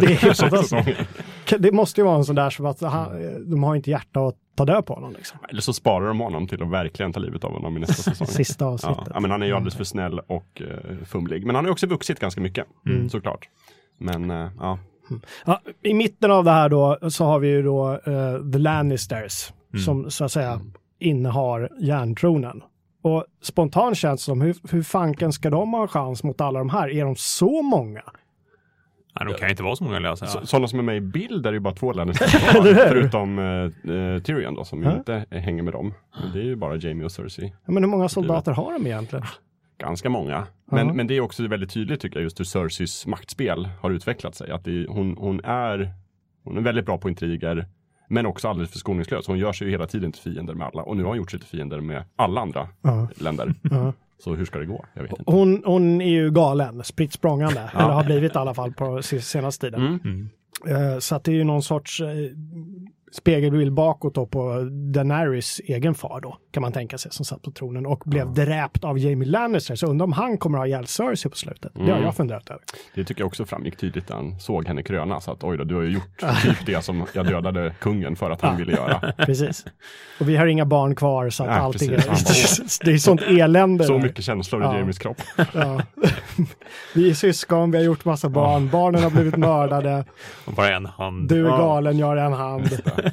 [SPEAKER 1] är det måste ju vara en sån där som att han, de har inte hjärta att ta död på honom. Liksom.
[SPEAKER 2] Eller så sparar de honom till att verkligen ta livet av honom i nästa säsong.
[SPEAKER 1] Sista avsnittet.
[SPEAKER 2] Ja, men han är ju alldeles för snäll och uh, fumlig. Men han har också vuxit ganska mycket, mm. såklart. Men uh, ja.
[SPEAKER 1] Mm. ja. I mitten av det här då så har vi ju då uh, The Lannisters mm. som så att säga mm. innehar järntronen. Och spontant känns som, hur, hur fanken ska de ha en chans mot alla de här? Är de så många?
[SPEAKER 3] Nej, de kan inte vara så många. Alltså.
[SPEAKER 2] Så, sådana som är med i bild är ju bara två Lannisters förutom uh, Tyrion då, som ju inte hänger med dem. Men det är ju bara Jaime och Cersei.
[SPEAKER 1] Ja, men hur många soldater har de egentligen?
[SPEAKER 2] Ganska många. Men, men det är också väldigt tydligt, tycker jag, just hur Cerseis maktspel har utvecklat sig. Att det, hon, hon, är, hon är väldigt bra på intriger. Men också alldeles för skoningslös. Hon gör sig ju hela tiden till fiender med alla. Och nu har hon gjort sig till fiender med alla andra uh-huh. länder. Uh-huh. Så hur ska det gå? Jag vet inte.
[SPEAKER 1] Hon, hon är ju galen, spritt språngande. ja. Eller har blivit i alla fall på senaste tiden. Mm. Mm. Uh, så att det är ju någon sorts uh, spegelbild bakåt då på Daenerys egen far då, kan man tänka sig, som satt på tronen och blev ja. dräpt av Jaime Lannister. Så undrar om han kommer att ha ihjäl Cersei på slutet. Mm. Det har jag funderat över.
[SPEAKER 2] Det tycker jag också framgick tydligt när han såg henne kröna. Så att oj då, du har ju gjort typ det som jag dödade kungen för att han ja. ville göra.
[SPEAKER 1] Precis. Och vi har inga barn kvar så att Nej, allting är... det är sånt elände.
[SPEAKER 2] Så
[SPEAKER 1] där.
[SPEAKER 2] mycket känslor ja. i Jaimes kropp.
[SPEAKER 1] Ja. Vi är syskon, vi har gjort massa barn. Ja. Barnen har blivit mördade.
[SPEAKER 3] Och bara en hand.
[SPEAKER 1] Du är galen, jag har en hand.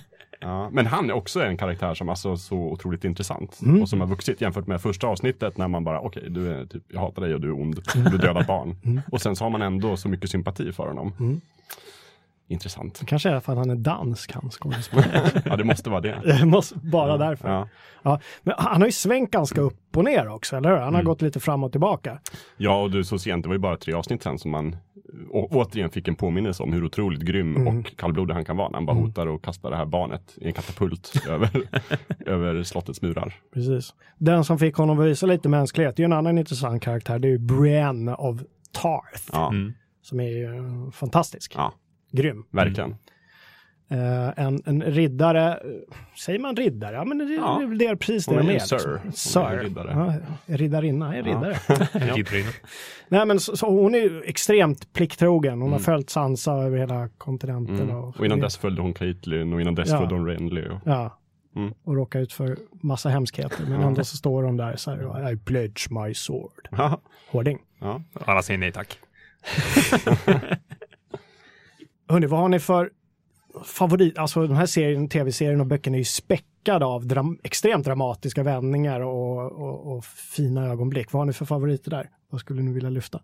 [SPEAKER 2] Ja, men han är också en karaktär som alltså så otroligt intressant.
[SPEAKER 1] Mm.
[SPEAKER 2] Och som har vuxit jämfört med första avsnittet när man bara, okej, okay, du är typ, jag hatar dig och du är ond. Du dödar barn. Mm. Och sen så har man ändå så mycket sympati för honom. Mm. Intressant.
[SPEAKER 1] Det kanske är för att han är dansk, han skådespelare.
[SPEAKER 2] Ja, det måste vara det.
[SPEAKER 1] Det måste bara ja, därför.
[SPEAKER 2] Ja.
[SPEAKER 1] Ja, men han har ju svängt ganska upp och ner också, eller hur? Han har mm. gått lite fram och tillbaka.
[SPEAKER 2] Ja, och du så sent, det var ju bara tre avsnitt sen som man å- återigen fick en påminnelse om hur otroligt grym mm. och kallblodig han kan vara när han bara mm. hotar och kastar det här barnet i en katapult över, över slottets murar.
[SPEAKER 1] Precis. Den som fick honom att visa lite mänsklighet, det är ju en annan intressant karaktär. Det är ju Brienne av Tarth.
[SPEAKER 2] Ja. Mm.
[SPEAKER 1] Som är ju fantastisk.
[SPEAKER 2] Ja.
[SPEAKER 1] Grym.
[SPEAKER 2] Verkligen.
[SPEAKER 1] Mm. Uh, en, en riddare, säger man riddare? Ja, men det, ja. det är precis det jag med.
[SPEAKER 2] Sir.
[SPEAKER 1] Sir.
[SPEAKER 2] Riddare.
[SPEAKER 1] Ja, riddarinna är riddare.
[SPEAKER 3] Ja.
[SPEAKER 1] Nej, men så, så hon är ju extremt plikttrogen. Hon mm. har följt Sansa över hela kontinenten.
[SPEAKER 2] Mm. Och, och innan dess följde hon Caitlyn och innan dess ja. följde hon Renly. Och...
[SPEAKER 1] Ja. Mm. Och råkar ut för massa hemskheter. Men ändå så står hon där så här, I pledge my sword.
[SPEAKER 2] Ja.
[SPEAKER 1] Hårding.
[SPEAKER 3] Ja. Alla säger nej tack.
[SPEAKER 1] Hörrni, vad har ni för favorit? Alltså den här serien, tv-serien och böckerna är ju späckade av dram- extremt dramatiska vändningar och, och, och fina ögonblick. Vad har ni för favoriter där? Vad skulle ni vilja lyfta?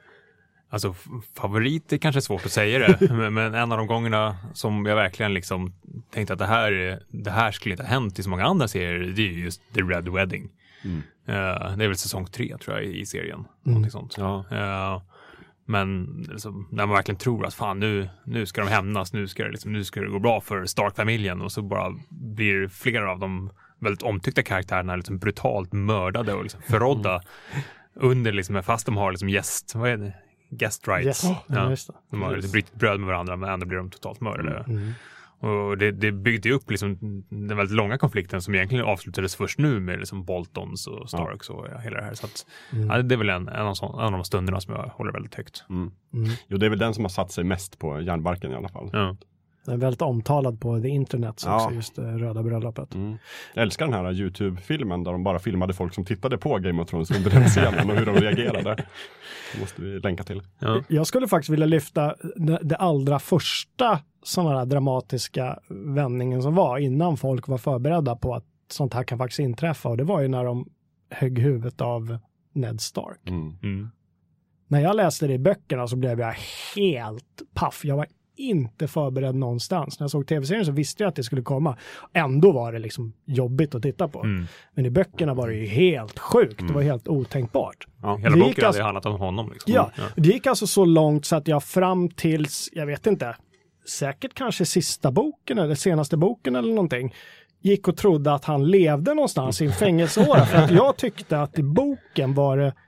[SPEAKER 3] Alltså favorit är kanske svårt att säga det, men, men en av de gångerna som jag verkligen liksom tänkte att det här, det här skulle inte ha hänt i så många andra serier, det är just The Red Wedding. Mm. Uh, det är väl säsong tre tror jag i, i serien. Mm. Sånt. Ja. Uh, men liksom, när man verkligen tror att fan nu, nu ska de hämnas, nu ska, det liksom, nu ska det gå bra för Stark-familjen och så bara blir flera av de väldigt omtyckta karaktärerna liksom brutalt mördade och liksom förrådda mm. under liksom, fast de har liksom gäst, vad är det? Guest rights.
[SPEAKER 1] Yes. Oh,
[SPEAKER 3] ja.
[SPEAKER 1] Just det.
[SPEAKER 3] De har lite brytt bröd med varandra men ändå blir de totalt mördade.
[SPEAKER 1] Mm.
[SPEAKER 3] Och det, det byggde upp liksom den väldigt långa konflikten som egentligen avslutades först nu med liksom Boltons och Starks ja. och ja, hela det här. Så att, mm. ja, det är väl en, en, av sån, en av de stunderna som jag håller väldigt högt.
[SPEAKER 2] Mm. Mm. Jo, det är väl den som har satt sig mest på järnbarken i alla fall.
[SPEAKER 3] Ja.
[SPEAKER 1] Den är väldigt omtalad på the internet också, ja. just det röda bröllopet.
[SPEAKER 2] Mm. Jag älskar den här YouTube-filmen där de bara filmade folk som tittade på Game of Thrones under den scenen och hur de reagerade. Det måste vi länka till.
[SPEAKER 1] Ja. Jag skulle faktiskt vilja lyfta det, det allra första sådana här dramatiska vändningen som var innan folk var förberedda på att sånt här kan faktiskt inträffa. Och det var ju när de högg huvudet av Ned Stark.
[SPEAKER 2] Mm. Mm.
[SPEAKER 1] När jag läste det i böckerna så blev jag helt paff. Jag var inte förberedd någonstans. När jag såg tv-serien så visste jag att det skulle komma. Ändå var det liksom jobbigt att titta på. Mm. Men i böckerna var det ju helt sjukt. Mm. Det var helt otänkbart.
[SPEAKER 3] Ja, hela boken hade alltså, handlat om honom. Liksom.
[SPEAKER 1] Ja, ja, det gick alltså så långt så att jag fram tills, jag vet inte, säkert kanske sista boken eller senaste boken eller någonting, gick och trodde att han levde någonstans i en fängelseår. För att jag tyckte att i boken var det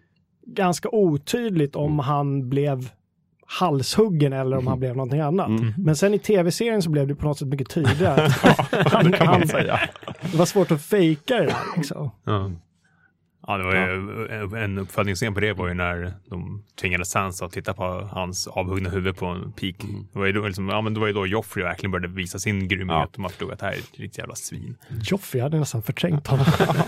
[SPEAKER 1] ganska otydligt om han blev halshuggen eller om han blev någonting annat. Mm. Men sen i tv-serien så blev det på något sätt mycket tydligare.
[SPEAKER 2] Ja, det kan man säga.
[SPEAKER 1] Det var svårt att fejka det där liksom.
[SPEAKER 3] Ja. Ja, det var ju, en uppföljningsscen på det var ju när de tvingade Sansa att titta på hans avhuggna huvud på en pik. Mm. Det var ju då, liksom, ja, men det var ju då Joffrey verkligen började visa sin grymhet ja. och man förstod att det här är ett riktigt jävla svin.
[SPEAKER 1] Joffrey hade nästan förträngt honom.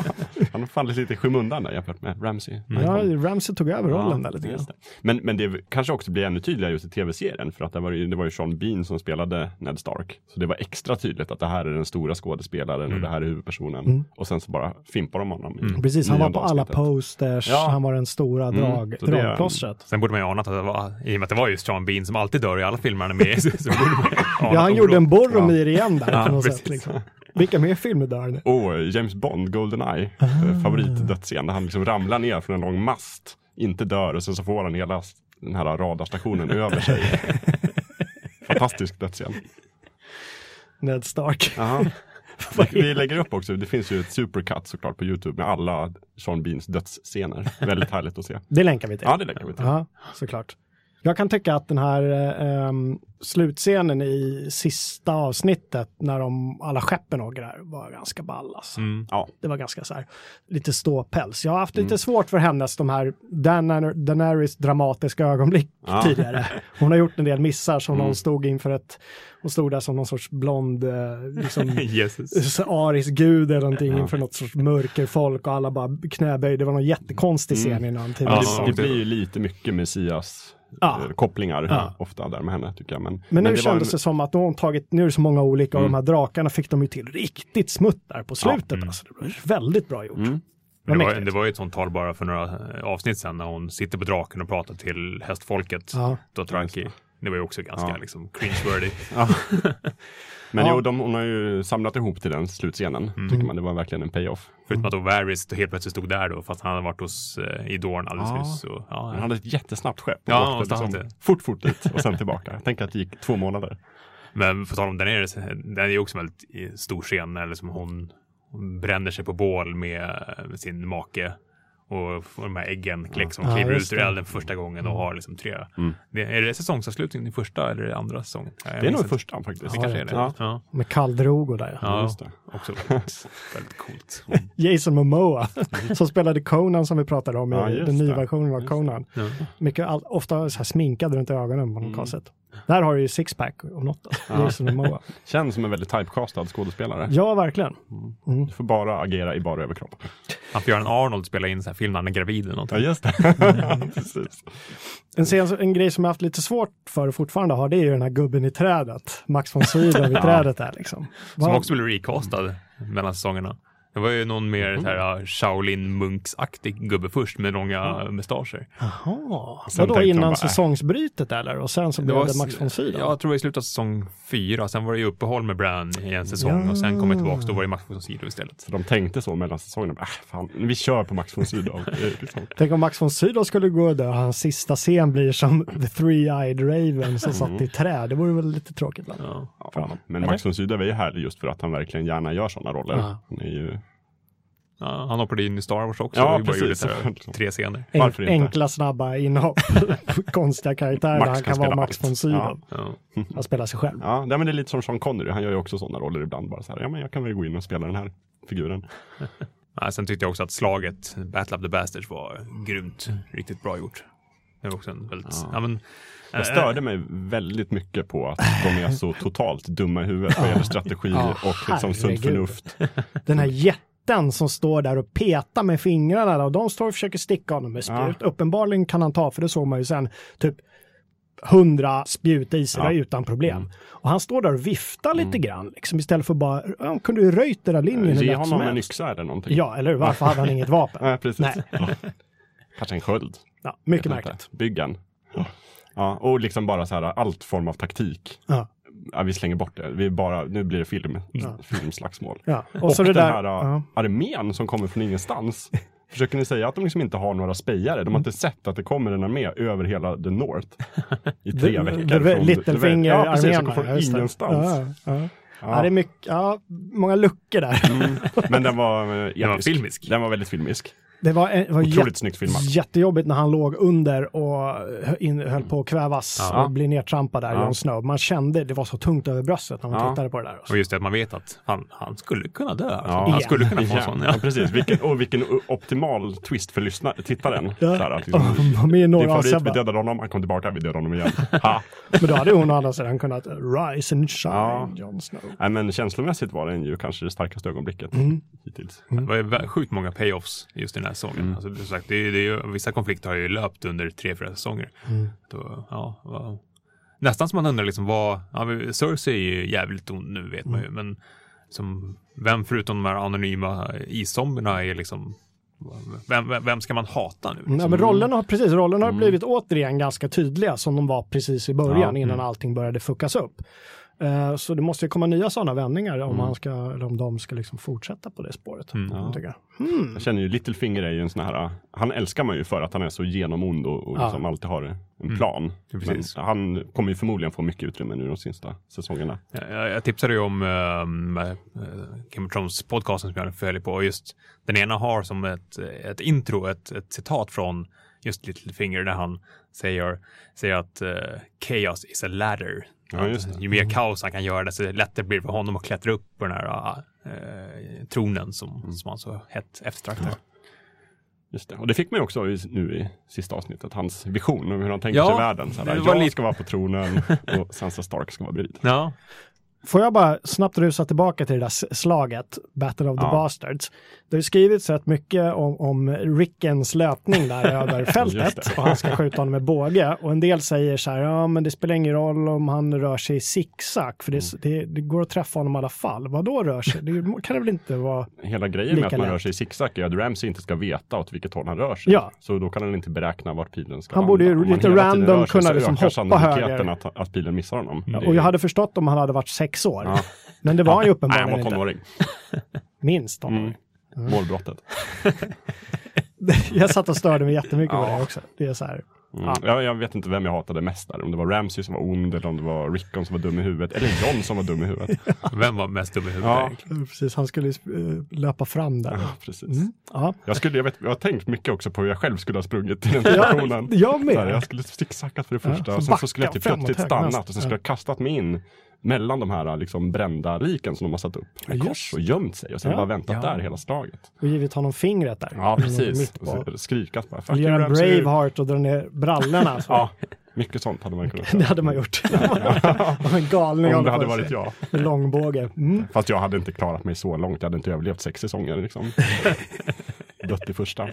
[SPEAKER 2] Han fann lite i skymundan där jämfört med Ramsay.
[SPEAKER 1] Mm. Ja, Ramsay tog över rollen ja, där lite grann.
[SPEAKER 2] Men, men det kanske också blir ännu tydligare just i tv-serien för att det var, ju, det var ju Sean Bean som spelade Ned Stark. Så det var extra tydligt att det här är den stora skådespelaren mm. och det här är huvudpersonen. Mm. Och sen så bara fimpar de honom.
[SPEAKER 1] Mm. Precis, han var på alla posters, ja. han var den stora drag, mm. dragplåstret.
[SPEAKER 3] Sen borde man ju ana att det var, i och med att det var just Sean Bean som alltid dör i alla filmer han är med. Så borde
[SPEAKER 1] man ja, han gjorde en Boromir ja. igen där ja, på något precis. sätt. Liksom. Vilka mer filmer dör nu?
[SPEAKER 2] Oh, James Bond, GoldenEye. Ah. Favoritdödsscen där han liksom ramlar ner från en lång mast, inte dör och sen så får han hela den här radarstationen över sig. Fantastisk dödsscen.
[SPEAKER 1] Ned Stark.
[SPEAKER 2] Ja. Vi lägger upp också, det finns ju ett supercut såklart på YouTube med alla Sean Beans dödsscener. Väldigt härligt att se.
[SPEAKER 1] Det länkar vi till.
[SPEAKER 2] Ja, det länkar vi till.
[SPEAKER 1] Ja, såklart. Jag kan tycka att den här eh, slutscenen i sista avsnittet när de alla skeppen åker där var ganska ball alltså.
[SPEAKER 2] Mm. Ja.
[SPEAKER 1] Det var ganska så här, lite ståpäls. Jag har haft lite mm. svårt för hennes de här Dan- Daenerys dramatiska ögonblick ja. tidigare. Hon har gjort en del missar som mm. hon stod inför ett, hon stod där som någon sorts blond liksom arisk gud eller någonting ja. inför något sorts mörker folk och alla bara knäböj. Det var någon jättekonstig scen
[SPEAKER 2] mm.
[SPEAKER 1] innan.
[SPEAKER 2] Ja, det, det blir ju lite mycket Messias ja. kopplingar ja. ofta där med henne tycker jag. Men,
[SPEAKER 1] men, men nu det kändes en... det som att de har tagit, nu är det så många olika mm. och de här drakarna fick de ju till riktigt smutt där på slutet. Ja. Mm. Alltså, det var väldigt bra gjort. Mm.
[SPEAKER 3] Det var, det var ju ett sånt tal bara för några avsnitt sedan när hon sitter på draken och pratar till hästfolket. Ja. Dothraki. Det var ju också ganska ja. liksom cringe-worthy. Ja.
[SPEAKER 2] Men ja. jo, de, hon har ju samlat ihop till den slutscenen. Mm. Tycker man, det var verkligen en payoff.
[SPEAKER 3] Förutom att då Varys helt plötsligt stod där då, fast han hade varit hos eh, i Dorn alldeles
[SPEAKER 2] ja.
[SPEAKER 3] nyss. Så, ja,
[SPEAKER 2] han hade ett jättesnabbt skepp. Och
[SPEAKER 3] ja,
[SPEAKER 2] åkte liksom fort, fort dit och sen tillbaka. Jag tänker att det gick två månader.
[SPEAKER 3] Men för tal om den är, den är ju också en väldigt stor scen. Eller som hon, hon bränner sig på bål med, med sin make. Och får de här äggen kläck som ja, kliver ut ur elden första gången och har liksom tre. Mm. Det, är det säsongsavslutningen i första eller andra säsongen? Ja,
[SPEAKER 2] det är nog första faktiskt.
[SPEAKER 3] Det ja, kanske är det. Ja. Ja.
[SPEAKER 1] Med Kaldrogo där.
[SPEAKER 3] Ja, just det. Också väldigt, väldigt coolt. Mm.
[SPEAKER 1] Jason Momoa som spelade Conan som vi pratade om i ja, den nya versionen av Conan. Ja. Mycket, all, ofta så här sminkad runt ögonen på något mm. sätt. Där har du ju sixpack och något. Ja. Jason Momoa.
[SPEAKER 2] Känns som en väldigt typecastad skådespelare.
[SPEAKER 1] Ja, verkligen.
[SPEAKER 2] Mm. Mm. Du får bara agera i bara överkropp.
[SPEAKER 3] Han får göra en Arnold spela in så här film när han är gravid eller något.
[SPEAKER 2] Ja, just det. Precis.
[SPEAKER 1] En, scen, en grej som jag haft lite svårt för och fortfarande har, det är ju den här gubben i trädet. Max von Sydow vid trädet där liksom.
[SPEAKER 3] Som Var... också blev recastad mellan säsongerna. Det var ju någon mer mm. här Shaolin Munks-aktig gubbe först med långa mm. mustascher.
[SPEAKER 1] Jaha. Var då innan bara, säsongsbrytet eller? Och sen så blev det, det Max von Sydow?
[SPEAKER 3] Ja, jag tror det var i slutet av säsong fyra. Sen var det ju uppehåll med Bran i en säsong. Ja. Och sen kom jag tillbaka, då var det Max von Sydow istället.
[SPEAKER 2] Så de tänkte så mellan säsongerna. Äh, fan, vi kör på Max von Sydow. liksom.
[SPEAKER 1] Tänk om Max von Sydow skulle gå och dö. Hans sista scen blir som The Three-Eyed Raven som mm. satt i trä. Det vore väl lite tråkigt.
[SPEAKER 2] Ja. Ja, men Max von Sydow är ju härlig just för att han verkligen gärna gör sådana roller. Ja. Han är ju...
[SPEAKER 3] Ja, han hoppade in i Star Wars också.
[SPEAKER 2] Ja,
[SPEAKER 3] och
[SPEAKER 2] precis.
[SPEAKER 3] Här, tre scener.
[SPEAKER 1] En, enkla, snabba inhopp. Konstiga karaktärer. Max han kan, kan vara Max von Sydow. Ja. Ja. Han spelar sig själv.
[SPEAKER 2] Ja, men det är lite som Sean Connery. Han gör ju också sådana roller ibland. Bara så här, ja, men jag kan väl gå in och spela den här figuren.
[SPEAKER 3] Ja, sen tyckte jag också att slaget Battle of the Bastards var grymt. Riktigt bra gjort. Det var också en väldigt... Ja. Ja, men,
[SPEAKER 2] jag störde mig väldigt mycket på att de är så totalt dumma i huvudet vad gäller strategi ja, och liksom sunt förnuft.
[SPEAKER 1] Den här jätte Den som står där och petar med fingrarna och de står och försöker sticka honom med spjut. Ja. Uppenbarligen kan han ta, för det såg man ju sen, typ hundra spjut i sig ja. utan problem. Mm. Och han står där och viftar lite mm. grann liksom, istället för bara, han kunde ju röjt den där linjen.
[SPEAKER 2] Ge honom en yxa eller någonting.
[SPEAKER 1] Ja, eller varför hade han inget vapen?
[SPEAKER 2] Nej, precis. Nej. Ja. Kanske en sköld.
[SPEAKER 1] Ja, mycket märkligt.
[SPEAKER 2] Byggan. Ja. Ja, och liksom bara så här, allt form av taktik. Ja. Ja, vi slänger bort det. Vi bara, nu blir det film. Ja. Filmslagsmål. Ja. Och, och så det den där, här ja. armén som kommer från ingenstans. Försöker ni säga att de liksom inte har några spejare? De har inte sett att det kommer en armé över hela the North i tre
[SPEAKER 1] the,
[SPEAKER 2] veckor.
[SPEAKER 1] The, the Littlefinger-armén.
[SPEAKER 2] Ja, precis. Från ingenstans.
[SPEAKER 1] Ja, ja. Ja. Ja, det är mycket, ja, många luckor där. Mm.
[SPEAKER 2] Men den var, eh,
[SPEAKER 3] den var filmisk.
[SPEAKER 2] Den var väldigt filmisk.
[SPEAKER 1] Det var, en, var
[SPEAKER 2] otroligt snyggt filmat.
[SPEAKER 1] Jättejobbigt när han låg under och in, höll på att kvävas ja. och bli nedtrampad där i ja. snö. Man kände det var så tungt över bröstet när man ja. tittade på det där.
[SPEAKER 3] Och just det att man vet att han, han skulle kunna dö. Alltså. Ja. Han skulle kunna få en sån.
[SPEAKER 2] Ja, precis. Vilken, och vilken optimal twist för lyssna, tittaren.
[SPEAKER 1] Ja.
[SPEAKER 2] Så här, att liksom,
[SPEAKER 1] oh, din
[SPEAKER 2] favorit, vi dödade honom, han kom tillbaka, vi dödade honom igen. Ha.
[SPEAKER 1] Men då hade hon å andra sidan kunnat rise and shine, ja. Jon Snow.
[SPEAKER 2] Nej, men känslomässigt var det ju kanske det starkaste ögonblicket mm. hittills.
[SPEAKER 3] Mm. Det var sjukt många payoffs just i den här säsongen. Mm. Alltså, sagt, det är, det är, vissa konflikter har ju löpt under tre, fyra säsonger. Mm. Då, ja, var, nästan som man undrar liksom vad, ja, Cersei är ju jävligt ond nu vet mm. man ju, men som, vem förutom de här anonyma iszombierna är liksom, vem, vem ska man hata nu? Liksom?
[SPEAKER 1] Ja, men rollerna har, precis, rollerna mm. har blivit återigen ganska tydliga som de var precis i början ja, innan mm. allting började fuckas upp. Uh, så det måste ju komma nya sådana vändningar om, mm. man ska, eller om de ska liksom fortsätta på det spåret. Mm. Ja. Jag.
[SPEAKER 2] Mm. jag känner ju Littlefinger är ju en sån här, han älskar man ju för att han är så genomond och, och ja. liksom alltid har en plan. Mm. Men han kommer ju förmodligen få mycket utrymme nu de sista säsongerna.
[SPEAKER 3] Jag, jag tipsade ju om um, uh, Game of Thrones podcasten som jag följer på, och just den ena har som ett, ett intro, ett, ett citat från just Littlefinger där han säger, säger att uh, chaos is a ladder. Ja, ju mer kaos han kan göra, desto lättare blir det för honom att klättra upp på den här äh, tronen som, mm. som han så hett eftertraktar. Ja.
[SPEAKER 2] Just det. Och det fick man ju också i, nu i sista avsnittet, hans vision om hur han tänker ja, sig världen. Så här, jag lite... ska vara på tronen och Sansa Stark ska vara bredvid.
[SPEAKER 3] Ja.
[SPEAKER 1] Får jag bara snabbt rusa tillbaka till det där slaget, Battle of the
[SPEAKER 2] Ja.
[SPEAKER 1] Bastards. Det har ju skrivits rätt mycket om, om Rickens löpning där över fältet och han ska skjuta honom med båge. Och en del säger så här, ja men det spelar ingen roll om han rör sig i zigzag för det, det, det går att träffa honom i alla fall. Vad då rör sig? Det kan det väl inte vara.
[SPEAKER 2] Hela grejen med att man
[SPEAKER 1] lätt.
[SPEAKER 2] rör sig i zigzag är att Ramsey inte ska veta åt vilket håll han rör sig.
[SPEAKER 1] Ja.
[SPEAKER 2] Så då kan han inte beräkna vart pilen ska
[SPEAKER 1] Han borde ju
[SPEAKER 2] landa. Om man
[SPEAKER 1] lite
[SPEAKER 2] hela tiden
[SPEAKER 1] random
[SPEAKER 2] rör sig
[SPEAKER 1] kunna
[SPEAKER 2] så
[SPEAKER 1] liksom
[SPEAKER 2] ökar
[SPEAKER 1] hoppa
[SPEAKER 2] sannolikheten
[SPEAKER 1] höger.
[SPEAKER 2] Att, att pilen missar honom.
[SPEAKER 1] Ja,
[SPEAKER 2] Det är
[SPEAKER 1] och
[SPEAKER 2] ju-
[SPEAKER 1] jag hade förstått om han hade varit sex år.
[SPEAKER 2] Ja.
[SPEAKER 1] Men det var han ju
[SPEAKER 2] Nej,
[SPEAKER 1] uppenbarligen
[SPEAKER 2] han var
[SPEAKER 1] inte.
[SPEAKER 2] tonåring.
[SPEAKER 1] Minst tonåring.
[SPEAKER 2] Mm. Målbrottet.
[SPEAKER 1] Jag satt och störde mig jättemycket på
[SPEAKER 2] Ja.
[SPEAKER 1] det också. Det är så här.
[SPEAKER 2] Mm.
[SPEAKER 1] Ja.
[SPEAKER 2] Jag, jag vet inte vem jag hatade mest där. Om det var Ramsey som var ond eller om det var Rickon som var dum i huvudet. Eller John som var dum i huvudet.
[SPEAKER 3] Vem var mest dum i huvudet?
[SPEAKER 2] Ja.
[SPEAKER 3] egentligen?
[SPEAKER 1] Precis, han skulle uh, löpa fram där.
[SPEAKER 2] Ja, precis.
[SPEAKER 1] Mm. Ja.
[SPEAKER 2] Jag, skulle, jag, vet, jag har tänkt mycket också på hur jag själv skulle ha sprungit till den situationen.
[SPEAKER 1] Jag med.
[SPEAKER 2] Så här, jag skulle zigzackat för det
[SPEAKER 1] Ja,
[SPEAKER 2] första.
[SPEAKER 1] så
[SPEAKER 2] och sen så skulle jag
[SPEAKER 1] backa
[SPEAKER 2] typ
[SPEAKER 1] framåt
[SPEAKER 2] plötsligt
[SPEAKER 1] höger,
[SPEAKER 2] stannat. Och sen skulle
[SPEAKER 1] ja.
[SPEAKER 2] jag kastat mig in mellan de här liksom brända liken som de har satt upp. Med
[SPEAKER 1] Just.
[SPEAKER 2] kors och gömt sig. Och sen
[SPEAKER 1] Ja.
[SPEAKER 2] bara väntat
[SPEAKER 3] Ja.
[SPEAKER 2] där hela slaget.
[SPEAKER 1] Och givit honom fingret där.
[SPEAKER 2] Ja, precis.
[SPEAKER 1] Mitt
[SPEAKER 2] Och
[SPEAKER 1] på.
[SPEAKER 2] så skrikat bara.
[SPEAKER 1] Eller göra en Braveheart och dra ner brallorna. Så.
[SPEAKER 2] Ja, mycket sånt hade man kunnat
[SPEAKER 1] Det hade man gjort. Och en galning
[SPEAKER 2] Om det
[SPEAKER 1] håller
[SPEAKER 2] hade
[SPEAKER 1] på
[SPEAKER 2] varit
[SPEAKER 1] sig.
[SPEAKER 2] jag.
[SPEAKER 1] Med långbåge. Mm.
[SPEAKER 2] Fast jag hade inte klarat mig så långt. Jag hade inte överlevt sex säsonger liksom. Dött i första.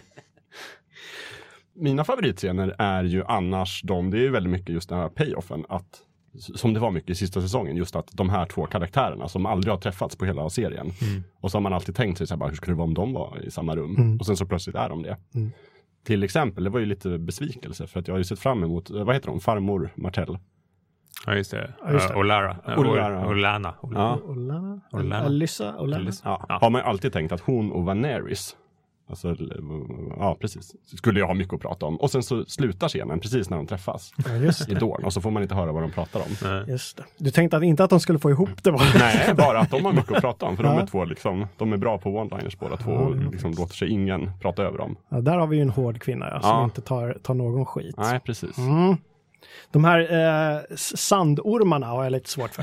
[SPEAKER 2] Mina favoritscener är ju annars de, det är ju väldigt mycket just den här payoffen att, som det var mycket i sista säsongen, just att de här två karaktärerna som aldrig har träffats på hela serien. Mm. Och så har man alltid tänkt sig så här, bara, hur skulle det vara om de var i samma rum? Mm. Och sen så plötsligt är de det. Mm. Till exempel, det var ju lite besvikelse för att jag har ju sett fram emot, vad heter de? Farmor Martell.
[SPEAKER 3] Ja, just det.
[SPEAKER 1] Ja, just det.
[SPEAKER 3] Uh, Olara. Uh,
[SPEAKER 2] Olara.
[SPEAKER 3] Olana.
[SPEAKER 2] Ja.
[SPEAKER 1] Ollana?
[SPEAKER 3] Ollana.
[SPEAKER 1] Alyssa? Ollana?
[SPEAKER 3] Alyssa.
[SPEAKER 2] Ja.
[SPEAKER 3] Ja.
[SPEAKER 2] Har man ju alltid tänkt att hon och Vaneris, alltså, ja precis, skulle jag ha mycket att prata om. Och sen så slutar scenen precis när de träffas
[SPEAKER 1] Ja, just
[SPEAKER 2] i Dorn. Och så får man inte höra vad de pratar om.
[SPEAKER 3] Nej.
[SPEAKER 1] Just det. Du tänkte att inte att de skulle få ihop det bara.
[SPEAKER 2] Nej, bara att de har mycket att prata om. För
[SPEAKER 1] Ja.
[SPEAKER 2] de är två liksom, de är bra på one-liners båda två. Och liksom låter sig ingen prata över dem.
[SPEAKER 1] Ja, där har vi ju en hård kvinna ja, som
[SPEAKER 2] Ja.
[SPEAKER 1] inte tar, tar någon skit.
[SPEAKER 2] Nej, precis.
[SPEAKER 1] Mm. De här eh, s- sandormarna har jag lite svårt för.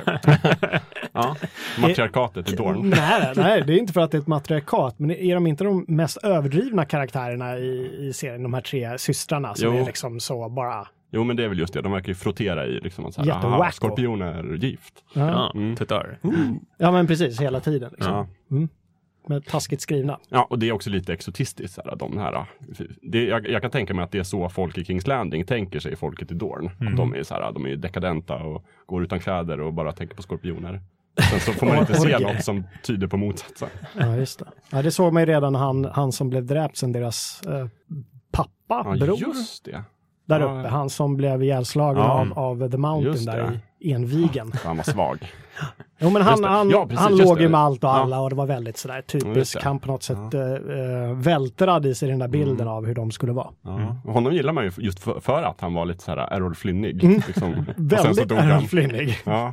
[SPEAKER 2] Ja. Matriarkatet i Dorn.
[SPEAKER 1] nej, nej, det är inte för att det är ett matriarkat, men är de inte de mest överdrivna karaktärerna i, i serien, de här tre systrarna som
[SPEAKER 2] Jo.
[SPEAKER 1] är liksom så bara...
[SPEAKER 2] Jo, men det är väl just det. De verkar ju frottera i liksom att så här,
[SPEAKER 1] Jättewacko.
[SPEAKER 2] aha, skorpioner, gift.
[SPEAKER 1] Ja,
[SPEAKER 3] Ja,
[SPEAKER 2] Mm.
[SPEAKER 3] tuttar.
[SPEAKER 1] ja men precis, hela tiden. Liksom.
[SPEAKER 2] Ja.
[SPEAKER 1] Mm. Med taskigt skrivna.
[SPEAKER 2] Ja, och det är också lite exotistiskt. Så här, de här, det, jag, jag kan tänka mig att det är så folk i King's Landing tänker sig folket i Dorn.
[SPEAKER 3] Mm.
[SPEAKER 2] De är så här, de är ju dekadenta och går utan kläder och bara tänker på skorpioner. Sen så får man inte
[SPEAKER 1] Och-
[SPEAKER 2] se
[SPEAKER 1] och-
[SPEAKER 2] något som tyder på motsatsen.
[SPEAKER 1] Ja, just det. Ja, det såg man ju redan han, han som blev dräpt sen deras eh, pappa,
[SPEAKER 2] Ja,
[SPEAKER 1] bror.
[SPEAKER 2] just det.
[SPEAKER 1] Där
[SPEAKER 2] Ja.
[SPEAKER 1] uppe, han som blev ihjälslagen
[SPEAKER 2] Ja.
[SPEAKER 1] av, av The Mountain
[SPEAKER 2] Just
[SPEAKER 1] där
[SPEAKER 2] det.
[SPEAKER 1] i Envigen.
[SPEAKER 2] Han var svag.
[SPEAKER 1] Jo men
[SPEAKER 2] Just
[SPEAKER 1] han,
[SPEAKER 2] det.
[SPEAKER 1] han,
[SPEAKER 2] Ja, precis,
[SPEAKER 1] han
[SPEAKER 2] just
[SPEAKER 1] låg
[SPEAKER 2] det.
[SPEAKER 1] ju med allt och
[SPEAKER 2] Ja.
[SPEAKER 1] alla och det var väldigt sådär
[SPEAKER 2] Just
[SPEAKER 1] typiskt.
[SPEAKER 2] det.
[SPEAKER 1] Han på något sätt ja. äh, vältrad i sig den där bilden
[SPEAKER 2] Mm.
[SPEAKER 1] av hur de skulle vara.
[SPEAKER 2] Ja. Och honom gillar man ju just för, för att han var lite så här Errol Flynnig.
[SPEAKER 1] Mm.
[SPEAKER 2] Liksom. Och sen så
[SPEAKER 1] Väldigt
[SPEAKER 2] dog han.
[SPEAKER 1] ärflinnig.
[SPEAKER 2] Ja.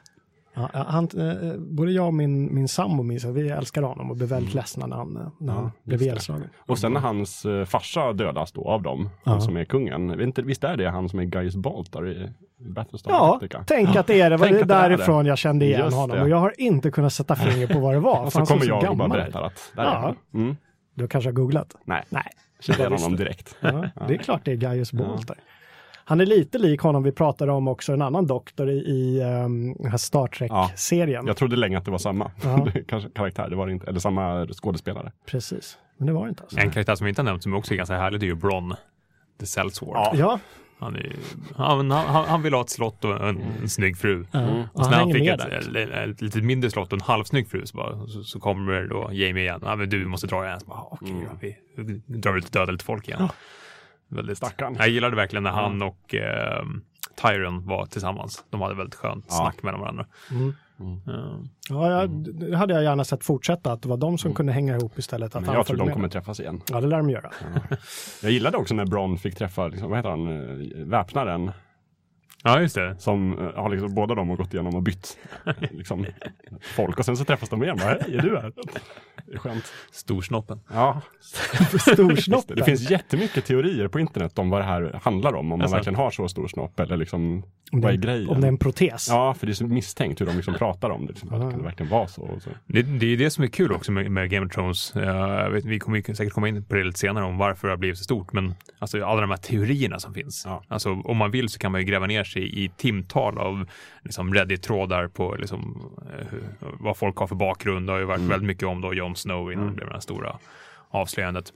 [SPEAKER 1] Ja, han, eh, både jag och min, min sambo minns att vi älskade honom och blev väldigt ledsna när han, eh, när
[SPEAKER 2] Ja,
[SPEAKER 1] han blev
[SPEAKER 2] just det.
[SPEAKER 1] ihjälslagen.
[SPEAKER 2] Och sen när hans uh, farsa dödas då av dem,
[SPEAKER 1] Ja.
[SPEAKER 2] han som är kungen. Vet inte, visst är det han som är Gaius Baltar i Battlestar
[SPEAKER 1] Ja,
[SPEAKER 2] Galactica?
[SPEAKER 1] tänk att det är det. var
[SPEAKER 2] Tänk
[SPEAKER 1] det
[SPEAKER 2] att det är
[SPEAKER 1] därifrån
[SPEAKER 2] det.
[SPEAKER 1] jag kände igen
[SPEAKER 2] Just
[SPEAKER 1] honom.
[SPEAKER 2] det.
[SPEAKER 1] Och jag har inte kunnat sätta finger på vad det var.
[SPEAKER 2] Och
[SPEAKER 1] för
[SPEAKER 2] så
[SPEAKER 1] han såg
[SPEAKER 2] kommer jag och bara
[SPEAKER 1] gammal ut.
[SPEAKER 2] berättar att där
[SPEAKER 1] Ja.
[SPEAKER 2] är han. Mm.
[SPEAKER 1] Du kanske har googlat?
[SPEAKER 2] Nej,
[SPEAKER 1] Nej.
[SPEAKER 2] känner igen
[SPEAKER 1] Jag
[SPEAKER 2] honom
[SPEAKER 1] visste.
[SPEAKER 2] direkt.
[SPEAKER 1] Ja, det är klart det är Gaius Baltar. Han är lite lik honom vi pratade om också, en annan doktor i, i um, den här Star Trek-serien.
[SPEAKER 2] Jag trodde länge att det var samma
[SPEAKER 1] Ja.
[SPEAKER 2] kanske karaktär, det var det inte. Eller samma skådespelare.
[SPEAKER 1] Precis, men det var det inte alltså.
[SPEAKER 3] En karaktär som vi inte har nämnt som också är ganska härlig, det är ju Bronn. The Sellsword.
[SPEAKER 2] Ja.
[SPEAKER 1] Ja,
[SPEAKER 3] Han, är, han, han, han vill ha ett slott och en, en snygg fru.
[SPEAKER 1] mm.
[SPEAKER 3] Och sen när han
[SPEAKER 1] hänger
[SPEAKER 3] fick
[SPEAKER 1] med
[SPEAKER 3] ett,
[SPEAKER 1] där.
[SPEAKER 3] ett, ett lite mindre slott och en halvsnygg fru så, bara, så, så kommer då Jamie igen. Ja, men du måste dra igen. Så bara, okej,
[SPEAKER 2] Mm.
[SPEAKER 3] då, vi, vi drar ut och dödar lite folk igen. Väldigt
[SPEAKER 2] Stackarn.
[SPEAKER 3] Jag gillade verkligen när han och eh, Tyron var tillsammans. De hade väldigt skönt
[SPEAKER 2] Ja.
[SPEAKER 3] snack mellan varandra.
[SPEAKER 1] Mm.
[SPEAKER 3] Mm.
[SPEAKER 1] Ja, jag, det hade jag gärna sett fortsätta, att det var de som kunde hänga ihop istället. Att
[SPEAKER 2] Men
[SPEAKER 1] han
[SPEAKER 2] jag tror
[SPEAKER 1] följde
[SPEAKER 2] de
[SPEAKER 1] med.
[SPEAKER 2] kommer träffas igen.
[SPEAKER 1] Ja, det lär de göra.
[SPEAKER 2] Jag gillade också när Bronn fick träffa, liksom, vad heter han, eh, väpnaren.
[SPEAKER 3] Ja, just det.
[SPEAKER 2] Som uh, har liksom, båda de har gått igenom och bytt liksom, folk. Och sen så träffas de igen. Bara, hej, är du här? Det är skönt.
[SPEAKER 3] Storsnoppen.
[SPEAKER 2] Ja,
[SPEAKER 1] Storsnoppen.
[SPEAKER 2] det finns jättemycket teorier på internet om vad det här handlar om. Om man
[SPEAKER 3] Alltså.
[SPEAKER 2] verkligen har så stor snopp eller liksom,
[SPEAKER 1] om,
[SPEAKER 2] vad är
[SPEAKER 1] det,
[SPEAKER 2] grejen?
[SPEAKER 1] om det är en protes.
[SPEAKER 2] Ja, för det är så misstänkt hur de liksom pratar om det. Liksom,
[SPEAKER 1] Ja.
[SPEAKER 2] Kan det verkligen vara så? Och så.
[SPEAKER 3] Det, det är det som är kul också med, med Game of Thrones. Uh, jag vet, vi kommer ju säkert komma in på det lite senare om varför det har blivit så stort. Men alltså, alla de här teorierna som finns.
[SPEAKER 2] Ja.
[SPEAKER 3] Alltså, om man vill så kan man ju gräva ner sig i timtal av liksom Reddit-trådar på liksom, hur, vad folk har för bakgrund. Det har ju varit mm. väldigt mycket om då Jon Snow innan mm. det blev det här stora avslöjandet.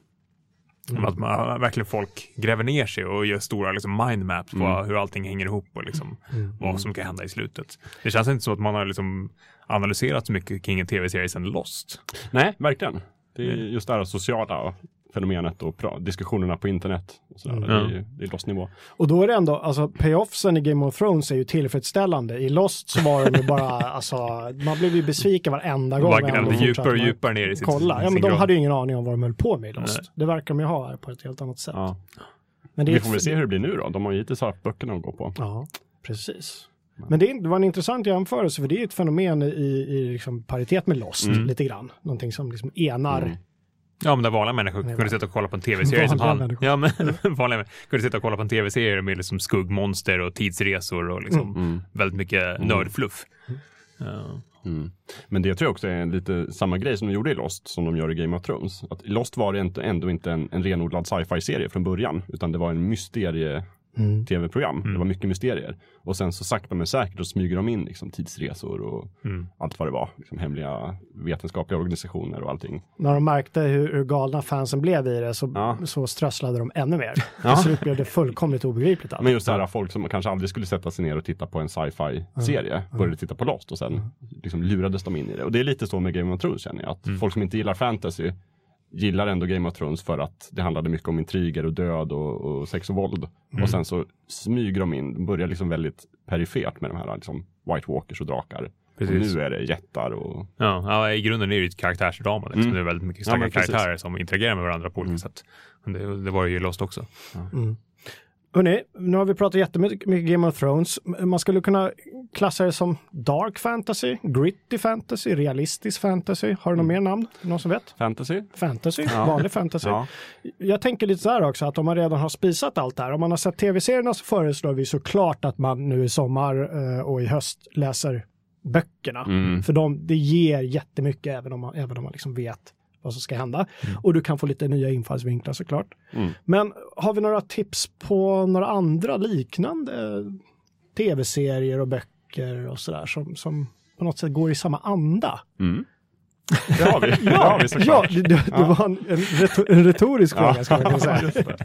[SPEAKER 3] Mm. Att man, verkligen folk gräver ner sig och gör stora liksom, mindmaps på mm. hur allting hänger ihop och liksom, mm. vad som kan hända i slutet. Det känns inte så att man har liksom, analyserat så mycket kring en tv-serie sedan Lost.
[SPEAKER 2] Nej, verkligen. Det är just det här sociala fenomenet och pra- diskussionerna på internet. Och sådär. Mm. Det, är, det är Lost-nivå.
[SPEAKER 1] Och då är det ändå, alltså payoffsen i Game of Thrones är ju tillfredsställande. I Lost så var det ju bara, alltså, man blev ju besviken varenda gång.
[SPEAKER 3] Man grävde djupare och djupare ner i sitt
[SPEAKER 1] kolla. Ja, men de hade ju ingen aning om vad de höll på med i Lost. Nej. Det verkar de ju ha här på ett helt annat sätt. Ja.
[SPEAKER 2] Men det Vi får väl se hur det blir nu då. De har ju hittills haft böckerna att gå på.
[SPEAKER 1] Ja, precis. Men det, det var en intressant jämförelse, för det är ett fenomen i, i liksom paritet med Lost, mm. lite grann. Någonting som liksom enar.
[SPEAKER 3] Mm. Ja, men där vanliga människor kunde sitta och kolla på en tv-serie som han.
[SPEAKER 1] Människor.
[SPEAKER 3] Ja, men vanliga kunde sitta och kolla på en tv-serie med liksom skuggmonster och tidsresor och liksom mm. väldigt mycket mm. nördfluff. Mm. Ja.
[SPEAKER 2] Mm. Men det tror jag också är lite samma grej som de gjorde i Lost som de gör i Game of Thrones. Att i Lost var det inte, ändå inte en, en renodlad sci-fi-serie från början, utan det var en mysterie Mm. tv-program. Mm. Det var mycket mysterier. Och sen så sakta men säkert då smyger de in liksom, tidsresor och mm. allt vad det var. Liksom, hemliga vetenskapliga organisationer och allting.
[SPEAKER 1] När de märkte hur, hur galna fansen blev i det så, ja. så strösslade de ännu mer.
[SPEAKER 2] Ja.
[SPEAKER 1] Så det blev det fullkomligt obegripligt. Allt.
[SPEAKER 2] Men just det här folk som kanske aldrig skulle sätta sig ner och titta på en sci-fi-serie mm. började titta på Lost och sen mm. liksom, lurades de in i det. Och det är lite så med Game of Thrones, känner jag. Att mm. folk som inte gillar fantasy gillar ändå Game of Thrones för att det handlade mycket om intriger och död och, och sex och våld. Mm. Och sen så smyger de in, de börjar liksom väldigt perifert med de här liksom White Walkers och drakar. Precis. Och nu är det jättar och...
[SPEAKER 3] Ja, ja, i grunden är det ju ett karaktärsdrama. Liksom. Mm. Det är väldigt mycket starka ja, karaktärer som interagerar med varandra på olika mm. sätt. Det, det var ju Lost också. Ja.
[SPEAKER 1] Mm. Hörrni, nu har vi pratat jättemycket med Game of Thrones. Man skulle kunna klassa det som dark fantasy, gritty fantasy, realistisk fantasy. Har du något mer namn? Någon som vet?
[SPEAKER 2] Fantasy.
[SPEAKER 1] Fantasy, ja. Vanlig fantasy.
[SPEAKER 2] Ja.
[SPEAKER 1] Jag tänker lite så här också, att om man redan har spisat allt det här, om man har sett tv-serierna så föreslår vi såklart att man nu i sommar och i höst läser böckerna. Mm. För de, det ger jättemycket även om man, även om man liksom vet vad som ska hända. Mm. Och du kan få lite nya infallsvinklar såklart. Mm. Men har vi några tips på några andra liknande tv-serier och böcker och sådär som, som på något sätt går i samma anda?
[SPEAKER 2] Mm. Det har vi.
[SPEAKER 1] ja,
[SPEAKER 2] det har vi
[SPEAKER 1] ja, det, det ja. var en, en, retor, en retorisk fråga ja. ska man kunna säga.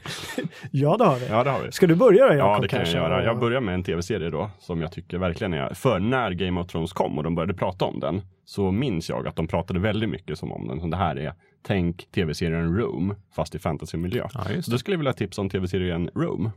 [SPEAKER 1] ja, det har vi.
[SPEAKER 2] Ja, det har vi.
[SPEAKER 1] Ska du börja då, Jakob?
[SPEAKER 2] Ja, det kan
[SPEAKER 1] kanske?
[SPEAKER 2] jag göra. Jag börjar med en tv-serie då som jag tycker verkligen är, för när Game of Thrones kom och de började prata om den, så minns jag att de pratade väldigt mycket som om den. Som det här är, tänk tv-serien Rome fast i fantasymiljö. Ja, så då skulle jag vilja tipsa om tv-serien Rome.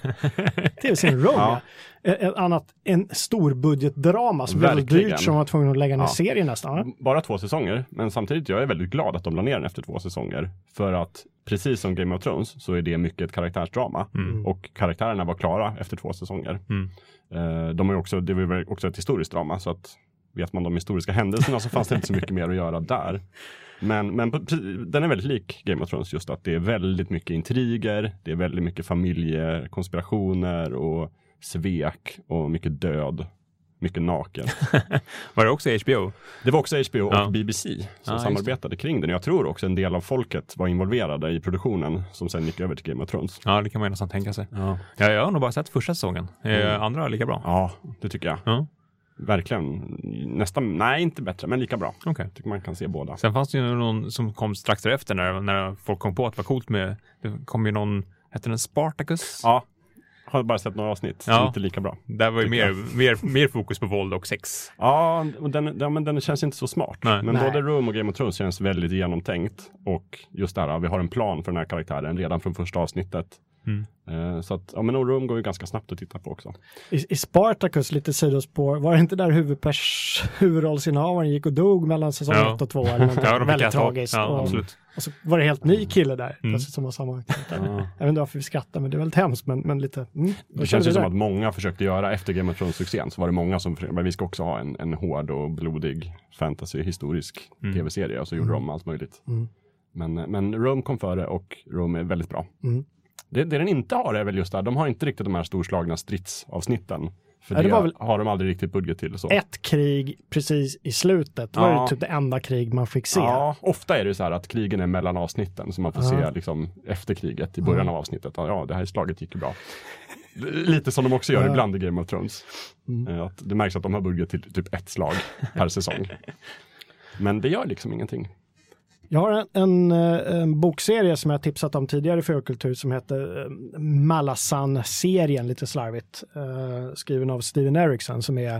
[SPEAKER 1] tv-serien Rome, ja. ja. En, annat, en stor budgetdrama som blev dyrt som var tvungen att lägga ner ja. serien nästan.
[SPEAKER 2] Bara två säsonger, men samtidigt jag är väldigt glad att de la ner den efter två säsonger. För att precis som Game of Thrones så är det mycket ett karaktärsdrama. Mm. Och karaktärerna var klara efter två säsonger. Mm. Uh, de är också, det var också ett historiskt drama, så att vet man de historiska händelserna så fanns det inte så mycket mer att göra där. Men, men den är väldigt lik Game of Thrones, just att det är väldigt mycket intriger, det är väldigt mycket familjekonspirationer och svek och mycket död, mycket naken.
[SPEAKER 3] Var det också H B O?
[SPEAKER 2] Det var också H B O och
[SPEAKER 3] ja.
[SPEAKER 2] B B C som
[SPEAKER 3] ja,
[SPEAKER 2] samarbetade kring den. Jag tror också en del av folket var involverade i produktionen som sen gick över till Game of Thrones.
[SPEAKER 3] Ja, det kan man ju nästan tänka sig. Ja.
[SPEAKER 2] Ja,
[SPEAKER 3] jag har nog bara sett första säsongen. Mm. Andra är lika bra.
[SPEAKER 2] Ja, det tycker jag.
[SPEAKER 3] Ja.
[SPEAKER 2] Verkligen. Nästan, nej inte bättre, men lika bra.
[SPEAKER 3] Okay.
[SPEAKER 2] Jag tycker man kan se båda.
[SPEAKER 3] Sen fanns det ju någon som kom strax därefter när, när folk kom på att det var coolt med, det kom ju någon, hette den Spartacus?
[SPEAKER 2] Ja, har bara sett några avsnitt. Ja. Inte lika bra.
[SPEAKER 3] Där var ju mer, mer, mer fokus på våld och sex.
[SPEAKER 2] Ja, den, ja, men den känns inte så smart.
[SPEAKER 3] Nej.
[SPEAKER 2] Men
[SPEAKER 1] Nej.
[SPEAKER 2] både Rome och Game of Thrones känns väldigt genomtänkt. Och just där, vi har en plan för den här karaktären redan från första avsnittet. Mm. Uh, så att, ja men Rome går ju ganska snabbt att titta på också.
[SPEAKER 1] I, i Spartacus, lite sidospår, var det inte där huvudpers, huvudrollsinnehavaren gick och dog mellan säsong
[SPEAKER 3] ja.
[SPEAKER 1] ett och två eller någonting?
[SPEAKER 3] Ja,
[SPEAKER 1] väldigt tragiskt.
[SPEAKER 3] Ja,
[SPEAKER 1] och,
[SPEAKER 3] absolut.
[SPEAKER 1] och så var det helt ny kille där,
[SPEAKER 3] mm.
[SPEAKER 1] plötsligt som var samma karaktär.
[SPEAKER 2] Ja.
[SPEAKER 1] Jag vet inte varför vi skrattar, men det är väldigt hemskt, men, men lite... Mm,
[SPEAKER 2] det känns ju som att många försökte göra efter Game of Thrones-succén, så var det många som, men vi ska också ha en, en hård och blodig fantasy-historisk mm. tv-serie, och så gjorde mm. de allt möjligt. Mm. Men, men Rome kom före och Rome är väldigt bra. Mm. Det, det den inte har är väl just där, de har inte riktigt de här storslagna stridsavsnitten. För
[SPEAKER 1] Ja,
[SPEAKER 2] det,
[SPEAKER 1] det var väl
[SPEAKER 2] har de aldrig riktigt budget till. Så.
[SPEAKER 1] ett krig precis i slutet. Det var
[SPEAKER 2] Ja.
[SPEAKER 1] ju typ det enda krig man fick se.
[SPEAKER 2] Ja, ofta är det så här att krigen är mellan avsnitten. Så man får
[SPEAKER 1] Ja.
[SPEAKER 2] se liksom, efter kriget, i början
[SPEAKER 1] Mm.
[SPEAKER 2] av avsnittet. Ja, det här slaget gick ju bra. Lite som de också gör
[SPEAKER 1] Ja.
[SPEAKER 2] ibland i Game of Thrones.
[SPEAKER 1] Mm.
[SPEAKER 2] Eh, Att det märks att de har budget till typ ett slag per säsong. Men det gör liksom ingenting.
[SPEAKER 1] Jag har en, en, en bokserie som jag tipsat om tidigare i Fulkultur som heter eh, Malazan-serien, lite slarvigt. Eh, skriven av Steven Erikson, som är eh,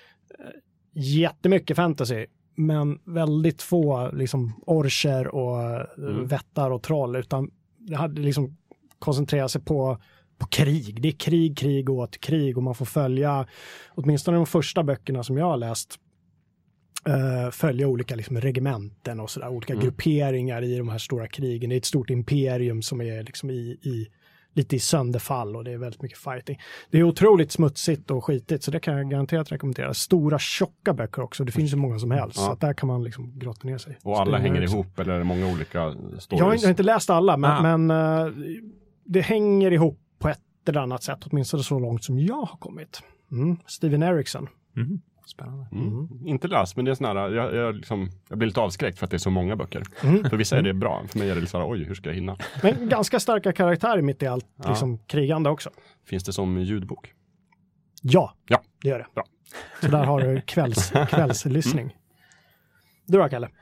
[SPEAKER 1] jättemycket fantasy. Men väldigt få liksom orcher och mm. vättar och troll, utan det hade liksom koncentrerat sig på, på krig. Det är krig, krig och åt krig, och man får följa, åtminstone de första böckerna som jag har läst, Uh, följa olika liksom, regementen och sådär, olika mm. grupperingar i de här stora krigen. Det är ett stort imperium som är liksom i, i lite i sönderfall, och det är väldigt mycket fighting. Det är otroligt smutsigt och skitigt, så det kan jag garanterat rekommendera. Stora, tjocka böcker också. Det finns ju många som helst,
[SPEAKER 2] ja.
[SPEAKER 1] så att där kan man liksom grotta ner sig.
[SPEAKER 2] Och alla
[SPEAKER 1] det
[SPEAKER 2] hänger
[SPEAKER 1] liksom
[SPEAKER 2] ihop, eller är det många olika stories?
[SPEAKER 1] Jag har inte, jag har inte läst alla, men,
[SPEAKER 2] ah.
[SPEAKER 1] men uh, det hänger ihop på ett eller annat sätt, åtminstone så långt som jag har kommit. Mm. Steven Erikson.
[SPEAKER 3] Mm. Spännande.
[SPEAKER 2] Mm. Mm. Inte läst, men det är sån här, jag, jag, liksom, jag blir lite avskräckt för att det är så många böcker.
[SPEAKER 1] Mm.
[SPEAKER 2] För vissa är det bra, för mig är det lite så här, oj, hur ska jag hinna?
[SPEAKER 1] Men ganska starka karaktärer mitt i allt,
[SPEAKER 2] ja.
[SPEAKER 1] liksom krigande också.
[SPEAKER 2] Finns det som ljudbok?
[SPEAKER 1] Ja,
[SPEAKER 2] ja.
[SPEAKER 1] det gör det.
[SPEAKER 2] Bra.
[SPEAKER 1] Så där har du kvälls, kvällslyssning. Mm. Du då, Kalle?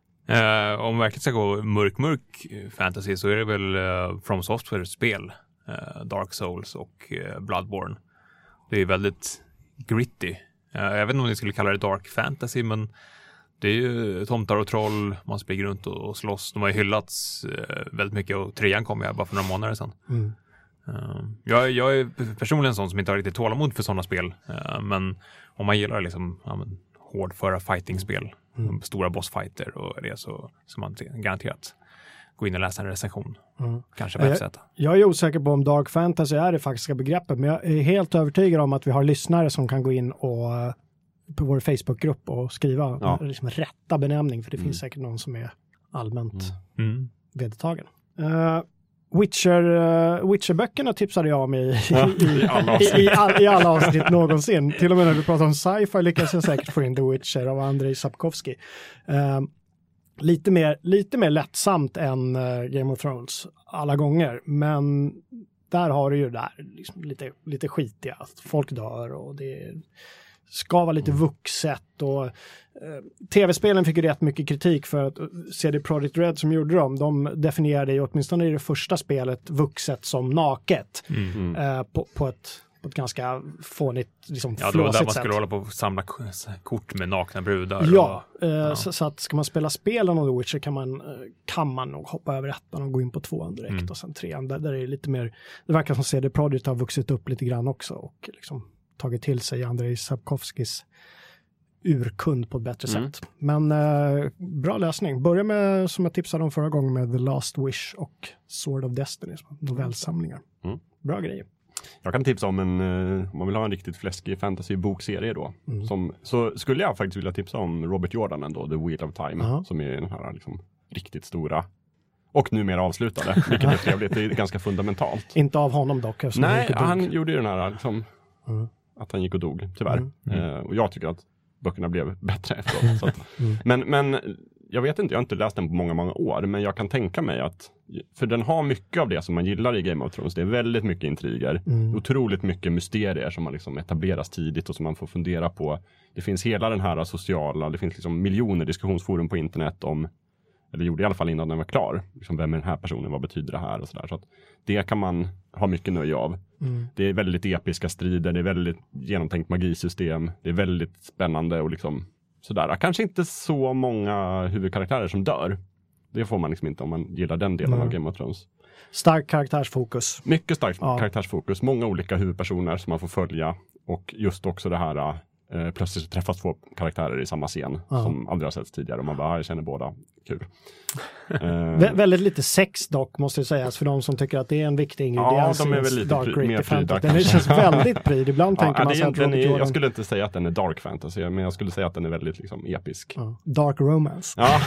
[SPEAKER 3] Uh, om vi verkligen ska gå mörk, mörk fantasy, så är det väl uh, From Software-spel. Uh, Dark Souls och uh, Bloodborne. Det är väldigt gritty. Uh, jag vet inte om ni skulle kalla det dark fantasy, men det är ju tomtar och troll, man springer runt och, och slåss. De har ju hyllats uh, väldigt mycket, och trean kom jag bara för några månader sedan.
[SPEAKER 1] Mm.
[SPEAKER 3] Uh, jag, jag är personligen sån som inte har riktigt tålamod för sådana spel. Uh, men om man gillar liksom ja, men, hårdföra fighting-spel, mm. stora bossfighter och det, så, så man garanterat gå in och läsa en recension. Mm. Kanske webbsätta.
[SPEAKER 1] Jag, jag är osäker på om dark fantasy är det faktiska begreppet, men jag är helt övertygad om att vi har lyssnare som kan gå in och på vår Facebookgrupp och skriva ja. liksom, rätta benämning, för det mm. finns säkert någon som är allmänt mm. Mm. vedertagen. Uh, Witcher, uh, Witcher-böckerna tipsade jag om i, ja, i, i, alla i, i, all, i alla avsnitt någonsin. Till och med när du pratar om sci-fi lyckas jag säkert få in The Witcher av Andrei Sapkowski. Uh, lite, mer, lite mer lättsamt än uh, Game of Thrones alla gånger, men där har du ju där liksom lite, lite skitiga, att folk dör och det ska vara lite vuxet, och eh, tv-spelen fick ju rätt mycket kritik för att C D Projekt Red som gjorde dem, de definierade ju åtminstone i det första spelet vuxet som naket mm. eh, på, på, ett, på ett ganska fånigt, liksom
[SPEAKER 3] ja, det var där man
[SPEAKER 1] sätt.
[SPEAKER 3] skulle hålla på och samla kort med nakna brudar.
[SPEAKER 1] Ja,
[SPEAKER 3] och,
[SPEAKER 1] eh,
[SPEAKER 3] ja.
[SPEAKER 1] Så, så att ska man spela spelen av The Witcher kan man, kan man nog hoppa över ettan och gå in på tvåan direkt mm. och sen trean, där, där är det lite mer, det verkar som C D Projekt har vuxit upp lite grann också och liksom tagit till sig Andrei Sapkowskis urkund på ett bättre mm. sätt. Men eh, bra läsning. Börja med, som jag tipsade om förra gången, med The Last Wish och Sword of Destiny, novellsamlingar. Mm. Bra grejer.
[SPEAKER 2] Jag kan tipsa om en, om man vill ha en riktigt fläskig fantasy-bokserie då. Mm. Som, så skulle jag faktiskt vilja tipsa om Robert Jordan ändå, The Wheel of Time, uh-huh. som är den här liksom riktigt stora och numera avslutade, vilket är trevligt. Det är ganska fundamentalt.
[SPEAKER 1] Inte av honom dock.
[SPEAKER 2] Nej, han gjorde ju den här liksom, mm. att han gick och dog, tyvärr. Mm. Mm. Eh, och jag tycker att böckerna blev bättre efteråt. Så att, mm. men, men jag vet inte, jag har inte läst den på många, många år, men jag kan tänka mig att, för den har mycket av det som man gillar i Game of Thrones. Det är väldigt mycket intriger, mm. otroligt mycket mysterier som man liksom etableras tidigt och som man får fundera på. Det finns hela den här sociala, det finns liksom miljoner diskussionsforum på internet om, eller gjorde i alla fall innan den var klar, liksom, vem är den här personen, vad betyder det här och sådär. Så att det kan man ha mycket nöje av. Mm. Det är väldigt episka strider, det är väldigt genomtänkt magisystem, det är väldigt spännande och liksom sådär. Kanske inte så många huvudkaraktärer som dör. Det får man liksom inte om man gillar den delen mm. av Game of Thrones.
[SPEAKER 1] Stark karaktärsfokus.
[SPEAKER 2] Mycket stark ja. karaktärsfokus. Många olika huvudpersoner som man får följa. Och just också det här, eh, plötsligt träffas två karaktärer i samma scen ja. som aldrig har setts tidigare. Och man bara, jag känner båda kul.
[SPEAKER 1] Vä- väldigt lite sex dock måste jag säga för de som tycker att det är en viktig ingrediens
[SPEAKER 2] ja, de är väl lite
[SPEAKER 1] dark
[SPEAKER 2] pry- mer
[SPEAKER 1] fantasy.
[SPEAKER 2] pryda,
[SPEAKER 1] Den känns väldigt pryd. Ibland
[SPEAKER 2] ja,
[SPEAKER 1] tänker man
[SPEAKER 2] det är,
[SPEAKER 1] så att
[SPEAKER 2] den
[SPEAKER 1] Robert
[SPEAKER 2] är,
[SPEAKER 1] Jordan...
[SPEAKER 2] Jag skulle inte säga att den är dark fantasy, men jag skulle säga att den är väldigt liksom, episk.
[SPEAKER 1] Ja. Dark romance.
[SPEAKER 2] Ja.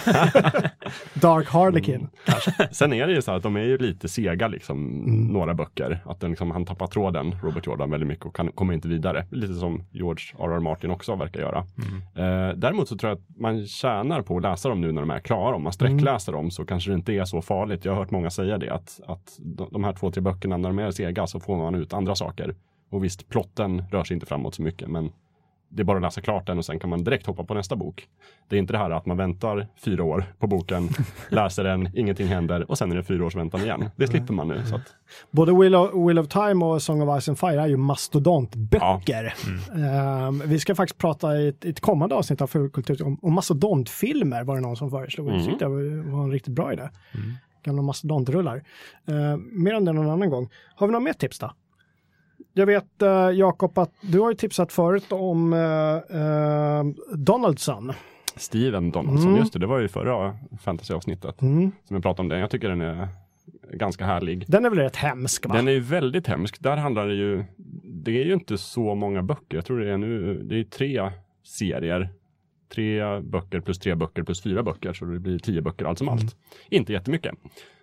[SPEAKER 1] Dark Harlequin. Mm.
[SPEAKER 2] Sen är det ju så att de är ju lite sega liksom,
[SPEAKER 1] Mm.
[SPEAKER 2] några böcker. Att den, liksom, han tappar tråden, Robert Jordan, väldigt mycket och kan, kommer inte vidare. Lite som George R R. Martin också verkar göra. Mm. Eh, däremot så tror jag att man tjänar på att läsa dem nu när de är klara. Om man sträckläser mm. dem så kanske det inte är så farligt. Jag har hört många säga det. Att, att de här två, tre böckerna när de är sega så får man ut andra saker. Och visst, plotten rör sig inte framåt så mycket. Men det är bara att läsa klart den och sen kan man direkt hoppa på nästa bok. Det är inte det här att man väntar fyra år på boken, läser den, ingenting händer och sen är det fyra års väntan igen. Det slipper man nu. Så att...
[SPEAKER 1] Både Wheel of, Wheel of Time och Song of Ice and Fire är ju mastodontböcker. Ja. Mm. Uh, vi ska faktiskt prata i ett, ett kommande avsnitt av Fulkultur om, om mastodontfilmer var det någon som föreslog. Mm. Jag tyckte det var en riktigt bra idé. Mm. Gamla mastodontrullar. Uh, mer än det någon annan gång. Har vi några mer tips då? Jag vet, uh, Jakob, att du har ju tipsat förut om uh, uh, Donaldson.
[SPEAKER 2] Steven Donaldson, mm. just det. Det var ju förra fantasyavsnittet mm. som jag pratade om det. Jag tycker den är ganska härlig.
[SPEAKER 1] Den är väl rätt hemsk, va?
[SPEAKER 2] Den är ju väldigt hemsk. Där handlar det ju... Det är ju inte så många böcker. Jag tror det är nu... Det är tre serier. Tre böcker plus tre böcker plus fyra böcker. Så det blir tio böcker allt som mm. allt. Inte jättemycket.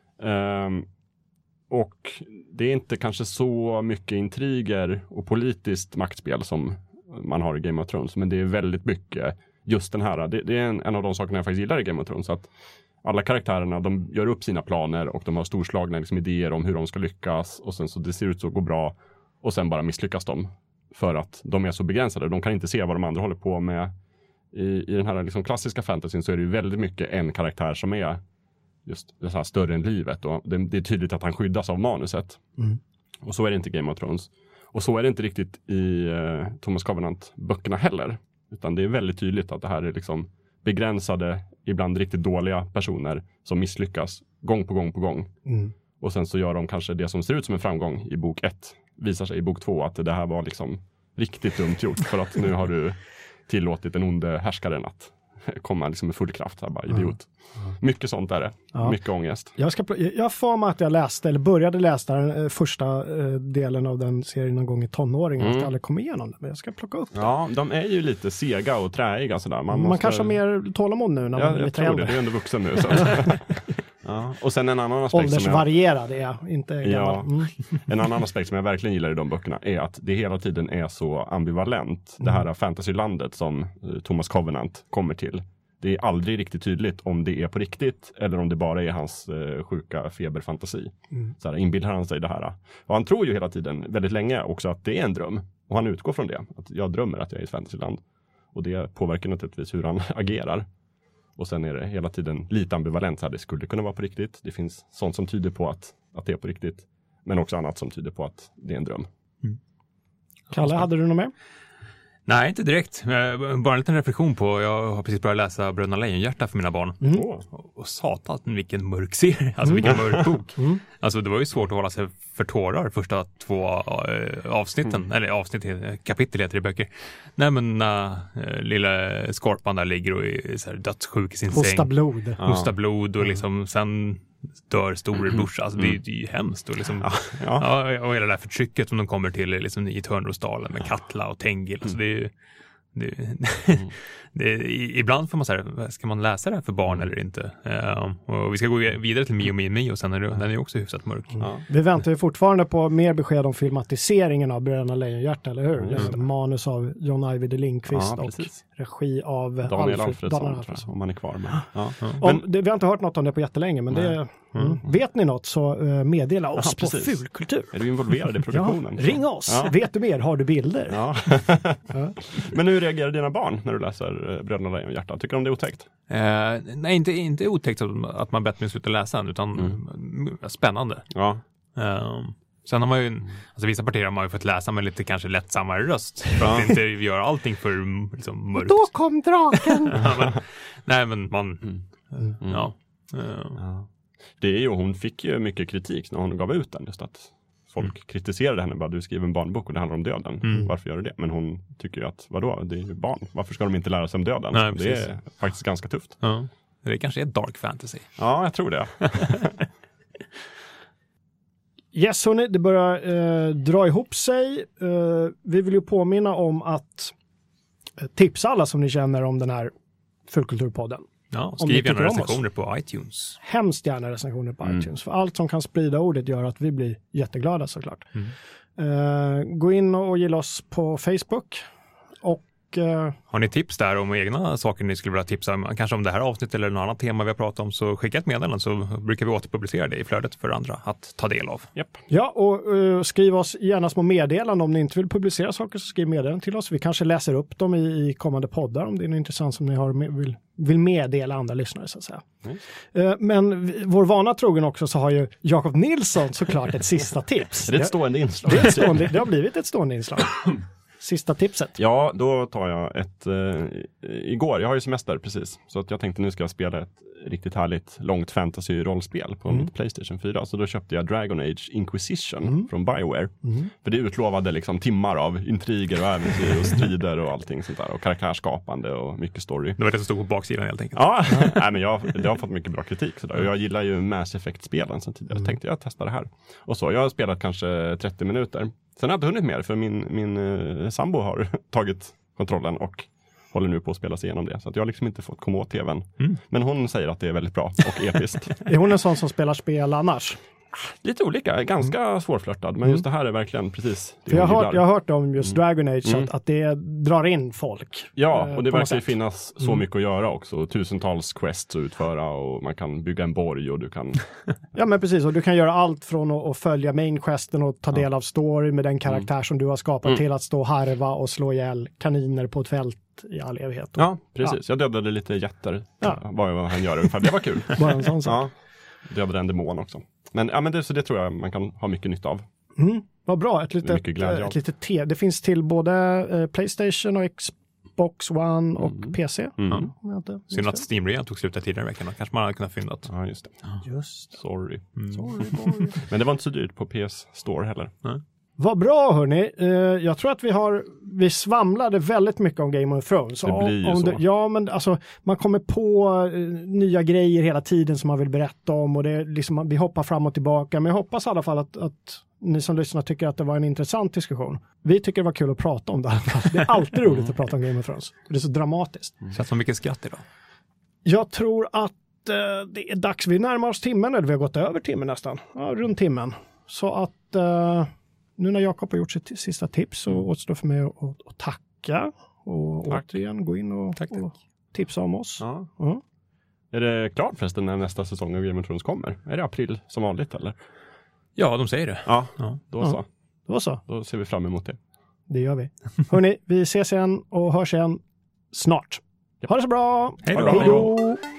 [SPEAKER 2] Um, Och det är inte kanske så mycket intriger och politiskt maktspel som man har i Game of Thrones. Men det är väldigt mycket just den här. Det, det är en, en av de sakerna jag faktiskt gillar i Game of Thrones. Att alla karaktärerna, de gör upp sina planer och de har storslagna liksom, idéer om hur de ska lyckas. Och sen så det ser ut att gå bra. Och sen bara misslyckas de. För att de är så begränsade. De kan inte se vad de andra håller på med. I, i den här liksom, klassiska fantasyn så är det ju väldigt mycket en karaktär som är just det här större än livet. Och det, det är tydligt att han skyddas av manuset. Mm. Och så är det inte i Game of Thrones. Och så är det inte riktigt i uh, Thomas Covenant-böckerna heller. Utan det är väldigt tydligt att det här är liksom begränsade, ibland riktigt dåliga personer som misslyckas gång på gång på gång. Mm. Och sen så gör de kanske det som ser ut som en framgång i bok ett. Visar sig i bok två att det här var liksom riktigt dumt gjort. För att nu har du tillåtit en onde härskaren att komma liksom med full kraft här, bara idiot. Mm. Mycket sånt är det. Ja. Mycket ångest.
[SPEAKER 1] Jag, ska, jag får mig att jag läste, eller började läsa den första eh, delen av den serien någon gång i tonåringen. Mm. Att jag aldrig kom igenom det, men jag ska plocka upp det.
[SPEAKER 2] Ja, de är ju lite sega och träiga sådär. Man,
[SPEAKER 1] man
[SPEAKER 2] måste...
[SPEAKER 1] kanske har mer tålamod nu när
[SPEAKER 2] ja,
[SPEAKER 1] man är lite äldre.
[SPEAKER 2] Det är ändå vuxen nu. Så. Ja. Och sen en annan aspekt
[SPEAKER 1] åldersvarierad är jag, inte gammal.
[SPEAKER 2] Ja,
[SPEAKER 1] mm.
[SPEAKER 2] En annan aspekt som jag verkligen gillar i de böckerna är att det hela tiden är så ambivalent. Mm. Det här fantasylandet som Thomas Covenant kommer till. Det är aldrig riktigt tydligt om det är på riktigt eller om det bara är hans eh, sjuka feberfantasi. Mm. Så här, inbillar han sig det här. Och han tror ju hela tiden, väldigt länge också, att det är en dröm. Och han utgår från det. Att jag drömmer att jag är i ett fantasyland. Och det påverkar naturligtvis hur han agerar. Och sen är det hela tiden lite ambivalent. Så här, det skulle kunna vara på riktigt. Det finns sånt som tyder på att, att det är på riktigt. Men också annat som tyder på att det är en dröm. Mm.
[SPEAKER 1] Kalle, hade du något mer?
[SPEAKER 3] Nej, inte direkt. Bara en liten reflektion på, jag har precis börjat läsa Bröderna Lejonhjärta för mina barn. Mm. Och, och satan, vilken mörk serie. Alltså vilken mörk bok. Mm. Alltså det var ju svårt att hålla sig för tårar första två äh, avsnitten. Mm. Eller avsnitt, kapitel heter det i böcker. Nej men när äh, lilla Skorpan där ligger och är så här dödssjuk i sin
[SPEAKER 1] Hosta
[SPEAKER 3] säng.
[SPEAKER 1] Hosta blod.
[SPEAKER 3] Hosta blod och liksom sen dör storebrors. Alltså mm. det, det är ju hemskt. Och, liksom, ja, ja. Ja, och hela det där förtrycket som de kommer till liksom, i Törnrosdalen med Katla och Tengil. Mm. Alltså, det är ju det, mm. det, ibland får man säga, ska man läsa det här för barn eller inte? Uh, och vi ska gå vidare till Mio Mio Mio och sen är det, den är ju också hyfsat mörk.
[SPEAKER 1] Mm. Ja. Vi väntar ju fortfarande på mer besked om filmatiseringen av Bröderna Lejonhjärta, eller hur? Mm. Manus av John Ajvide Lindqvist ja, och regi av
[SPEAKER 2] Daniel
[SPEAKER 1] Alfred,
[SPEAKER 2] Alfredsson,
[SPEAKER 1] Daniel Alfredsson.
[SPEAKER 2] Om man är kvar med. Ja.
[SPEAKER 1] Ja. Om, men, det, vi har inte hört något om det på jättelänge, men det, mm. vet ni något så uh, meddela oss ja, på Fulkultur.
[SPEAKER 2] Är du involverad i produktionen?
[SPEAKER 1] Ja, ring oss! Ja. Vet du mer? Har du bilder?
[SPEAKER 2] Ja. Ja. Men hur reagerar dina barn när du läser Bröderna Lejonhjärta? Tycker de det är otäckt?
[SPEAKER 3] Uh, nej, inte, inte otäckt att man bett mig sluta läsa den, utan mm. spännande.
[SPEAKER 2] Ja.
[SPEAKER 3] Uh, sen har man ju, alltså vissa partier har man ju fått läsa med lite kanske lättsammare röst för att inte göra allting för liksom mörkt.
[SPEAKER 1] Då kom draken!
[SPEAKER 3] Ja, men, nej, men man... Mm.
[SPEAKER 2] Mm.
[SPEAKER 3] Ja. Uh.
[SPEAKER 2] ja. Det är ju, hon fick ju mycket kritik när hon gav ut den, just att folk mm. kritiserade henne, bara du skriver en barnbok och det handlar om döden. Mm. Varför gör du det? Men hon tycker ju att, vadå, det är ju barn. Varför ska de inte lära sig om döden?
[SPEAKER 3] Nej,
[SPEAKER 2] det är faktiskt ganska tufft.
[SPEAKER 3] Ja. Det kanske är dark fantasy.
[SPEAKER 2] Ja, jag tror det.
[SPEAKER 1] Yes, hörni, det börjar eh, dra ihop sig. Eh, vi vill ju påminna om att eh, tipsa alla som ni känner om den här Fulkulturpodden.
[SPEAKER 3] Ja, skriv gärna recensioner på iTunes.
[SPEAKER 1] Hemskt gärna recensioner på
[SPEAKER 2] Mm.
[SPEAKER 1] iTunes. För allt som kan sprida ordet gör att vi blir jätteglada såklart.
[SPEAKER 3] Mm.
[SPEAKER 1] Eh, gå in och gilla oss på Facebook. Och eh,
[SPEAKER 3] Har ni tips där om egna saker ni skulle vilja tipsa om, kanske om det här avsnittet eller något annat tema vi har pratat om, så skicka ett meddelande så brukar vi återpublicera det i flödet för andra att ta del av.
[SPEAKER 2] Japp.
[SPEAKER 1] ja, och eh, skriv oss gärna små meddelanden. Om ni inte vill publicera saker så skriv meddelanden till oss. Vi kanske läser upp dem i, i kommande poddar om det är något intressant som ni har med, vill, vill meddela andra lyssnare så att säga.
[SPEAKER 2] Mm.
[SPEAKER 1] Eh, men vi, vår vana trogen också så har ju Jakob Nilsson såklart ett sista tips.
[SPEAKER 2] Det är ett stående inslag.
[SPEAKER 1] Det, är ett stående, det har blivit ett stående inslag. Sista tipset.
[SPEAKER 2] Ja, då tar jag ett eh, igår, jag har ju semester precis, så att jag tänkte nu ska jag spela ett riktigt härligt långt fantasy-rollspel på
[SPEAKER 1] Mm.
[SPEAKER 2] mitt PlayStation fyra, så då köpte jag Dragon Age Inquisition
[SPEAKER 1] Mm.
[SPEAKER 2] från BioWare.
[SPEAKER 1] Mm.
[SPEAKER 2] För det utlovade liksom timmar av intriger och äventyr och strider och allting sånt där, och karaktärsskapande och mycket story.
[SPEAKER 3] Det var det som stod på baksidan helt enkelt.
[SPEAKER 2] Ja, nej, men jag, jag har fått mycket bra kritik sådär. Och jag gillar ju Mass Effect-spelen sen tidigare. Så tänkte jag testa det här. Och så, jag har spelat kanske trettio minuter. Sen har jag inte hunnit mer för min, min uh, sambo har tagit kontrollen och håller nu på att spela sig igenom det. Så att jag har liksom inte fått komma åt tvn.
[SPEAKER 3] Mm.
[SPEAKER 2] Men hon säger att det är väldigt bra och episkt.
[SPEAKER 1] Är hon en sån som spelar spel annars?
[SPEAKER 2] Lite olika, ganska mm. svårflörtad. Men just det här är verkligen precis det
[SPEAKER 1] För jag,
[SPEAKER 2] hon
[SPEAKER 1] har hört,
[SPEAKER 2] gillar.
[SPEAKER 1] jag har hört om just
[SPEAKER 2] Mm.
[SPEAKER 1] Dragon Age
[SPEAKER 2] Mm.
[SPEAKER 1] att, att det drar in folk.
[SPEAKER 2] Ja,
[SPEAKER 1] eh,
[SPEAKER 2] och det
[SPEAKER 1] på något
[SPEAKER 2] verkar ju
[SPEAKER 1] sätt.
[SPEAKER 2] finnas så
[SPEAKER 1] Mm.
[SPEAKER 2] mycket att göra också. Tusentals quests att utföra och man kan bygga en borg och du kan...
[SPEAKER 1] Ja, men precis. Och du kan göra allt från att, att följa main questen och ta del av story med den karaktär
[SPEAKER 2] Mm.
[SPEAKER 1] som du har skapat
[SPEAKER 2] Mm.
[SPEAKER 1] till att stå och harva och slå ihjäl kaniner på ett fält i all evighet.
[SPEAKER 2] Ja, precis. Jag dödade lite jätter.
[SPEAKER 1] Ja.
[SPEAKER 2] Vad vad han gör ungefär. Det var kul.
[SPEAKER 1] Bara en sån sak.
[SPEAKER 2] Ja, dödade en demon också. Men, ja, men det, så det tror jag man kan ha mycket nytta av.
[SPEAKER 1] Mm, vad bra. Ett litet,
[SPEAKER 2] Mycket glädje av.
[SPEAKER 1] ett litet te. Det finns till både eh, PlayStation och Xbox One och
[SPEAKER 2] Mm.
[SPEAKER 1] P C.
[SPEAKER 2] Mm.
[SPEAKER 1] Om jag inte minns
[SPEAKER 3] Synd att
[SPEAKER 1] fel.
[SPEAKER 3] Steam-rean tog slut där tidigare i veckan. Då kanske man hade kunnat fyndat.
[SPEAKER 2] Ja, just det.
[SPEAKER 1] Just.
[SPEAKER 2] Sorry.
[SPEAKER 3] Mm.
[SPEAKER 1] Sorry, boy.
[SPEAKER 2] Men det var inte så dyrt på P S Store heller.
[SPEAKER 1] Vad bra hörni. Eh, jag tror att vi har, vi svamlade väldigt mycket om Game of Thrones.
[SPEAKER 2] Det blir ju
[SPEAKER 1] om
[SPEAKER 2] så.
[SPEAKER 1] Det, ja, men alltså man kommer på eh, nya grejer hela tiden som man vill berätta om och det är liksom, vi hoppar fram och tillbaka. Men jag hoppas i alla fall att, att ni som lyssnar tycker att det var en intressant diskussion. Vi tycker det var kul att prata om det. Det är alltid roligt att prata om Game of Thrones. Det är så dramatiskt.
[SPEAKER 3] Känns som mycket skratt idag.
[SPEAKER 1] Jag tror att eh, det är dags, vi närmar oss timmen, eller vi har gått över timmen nästan. Ja, runt timmen. Så att eh, nu när Jakob har gjort sitt sista tips så återstår för mig att, att, att tacka och
[SPEAKER 2] Tack.
[SPEAKER 1] återigen gå in och,
[SPEAKER 3] Tack, tack.
[SPEAKER 1] och tipsa om oss.
[SPEAKER 2] Ja.
[SPEAKER 1] Mm.
[SPEAKER 2] Är det klart förresten när nästa säsong av Game of Thrones kommer? Är det april som vanligt eller?
[SPEAKER 3] Ja, de säger det.
[SPEAKER 2] Ja,
[SPEAKER 3] Ja.
[SPEAKER 2] då
[SPEAKER 1] Ja.
[SPEAKER 2] så.
[SPEAKER 1] Det var så.
[SPEAKER 2] Då ser vi fram emot det.
[SPEAKER 1] Det gör vi. Hörrni, vi ses igen och hörs igen snart. Ha det så bra!
[SPEAKER 3] Hej då.
[SPEAKER 2] Ha det bra.
[SPEAKER 1] Hej då!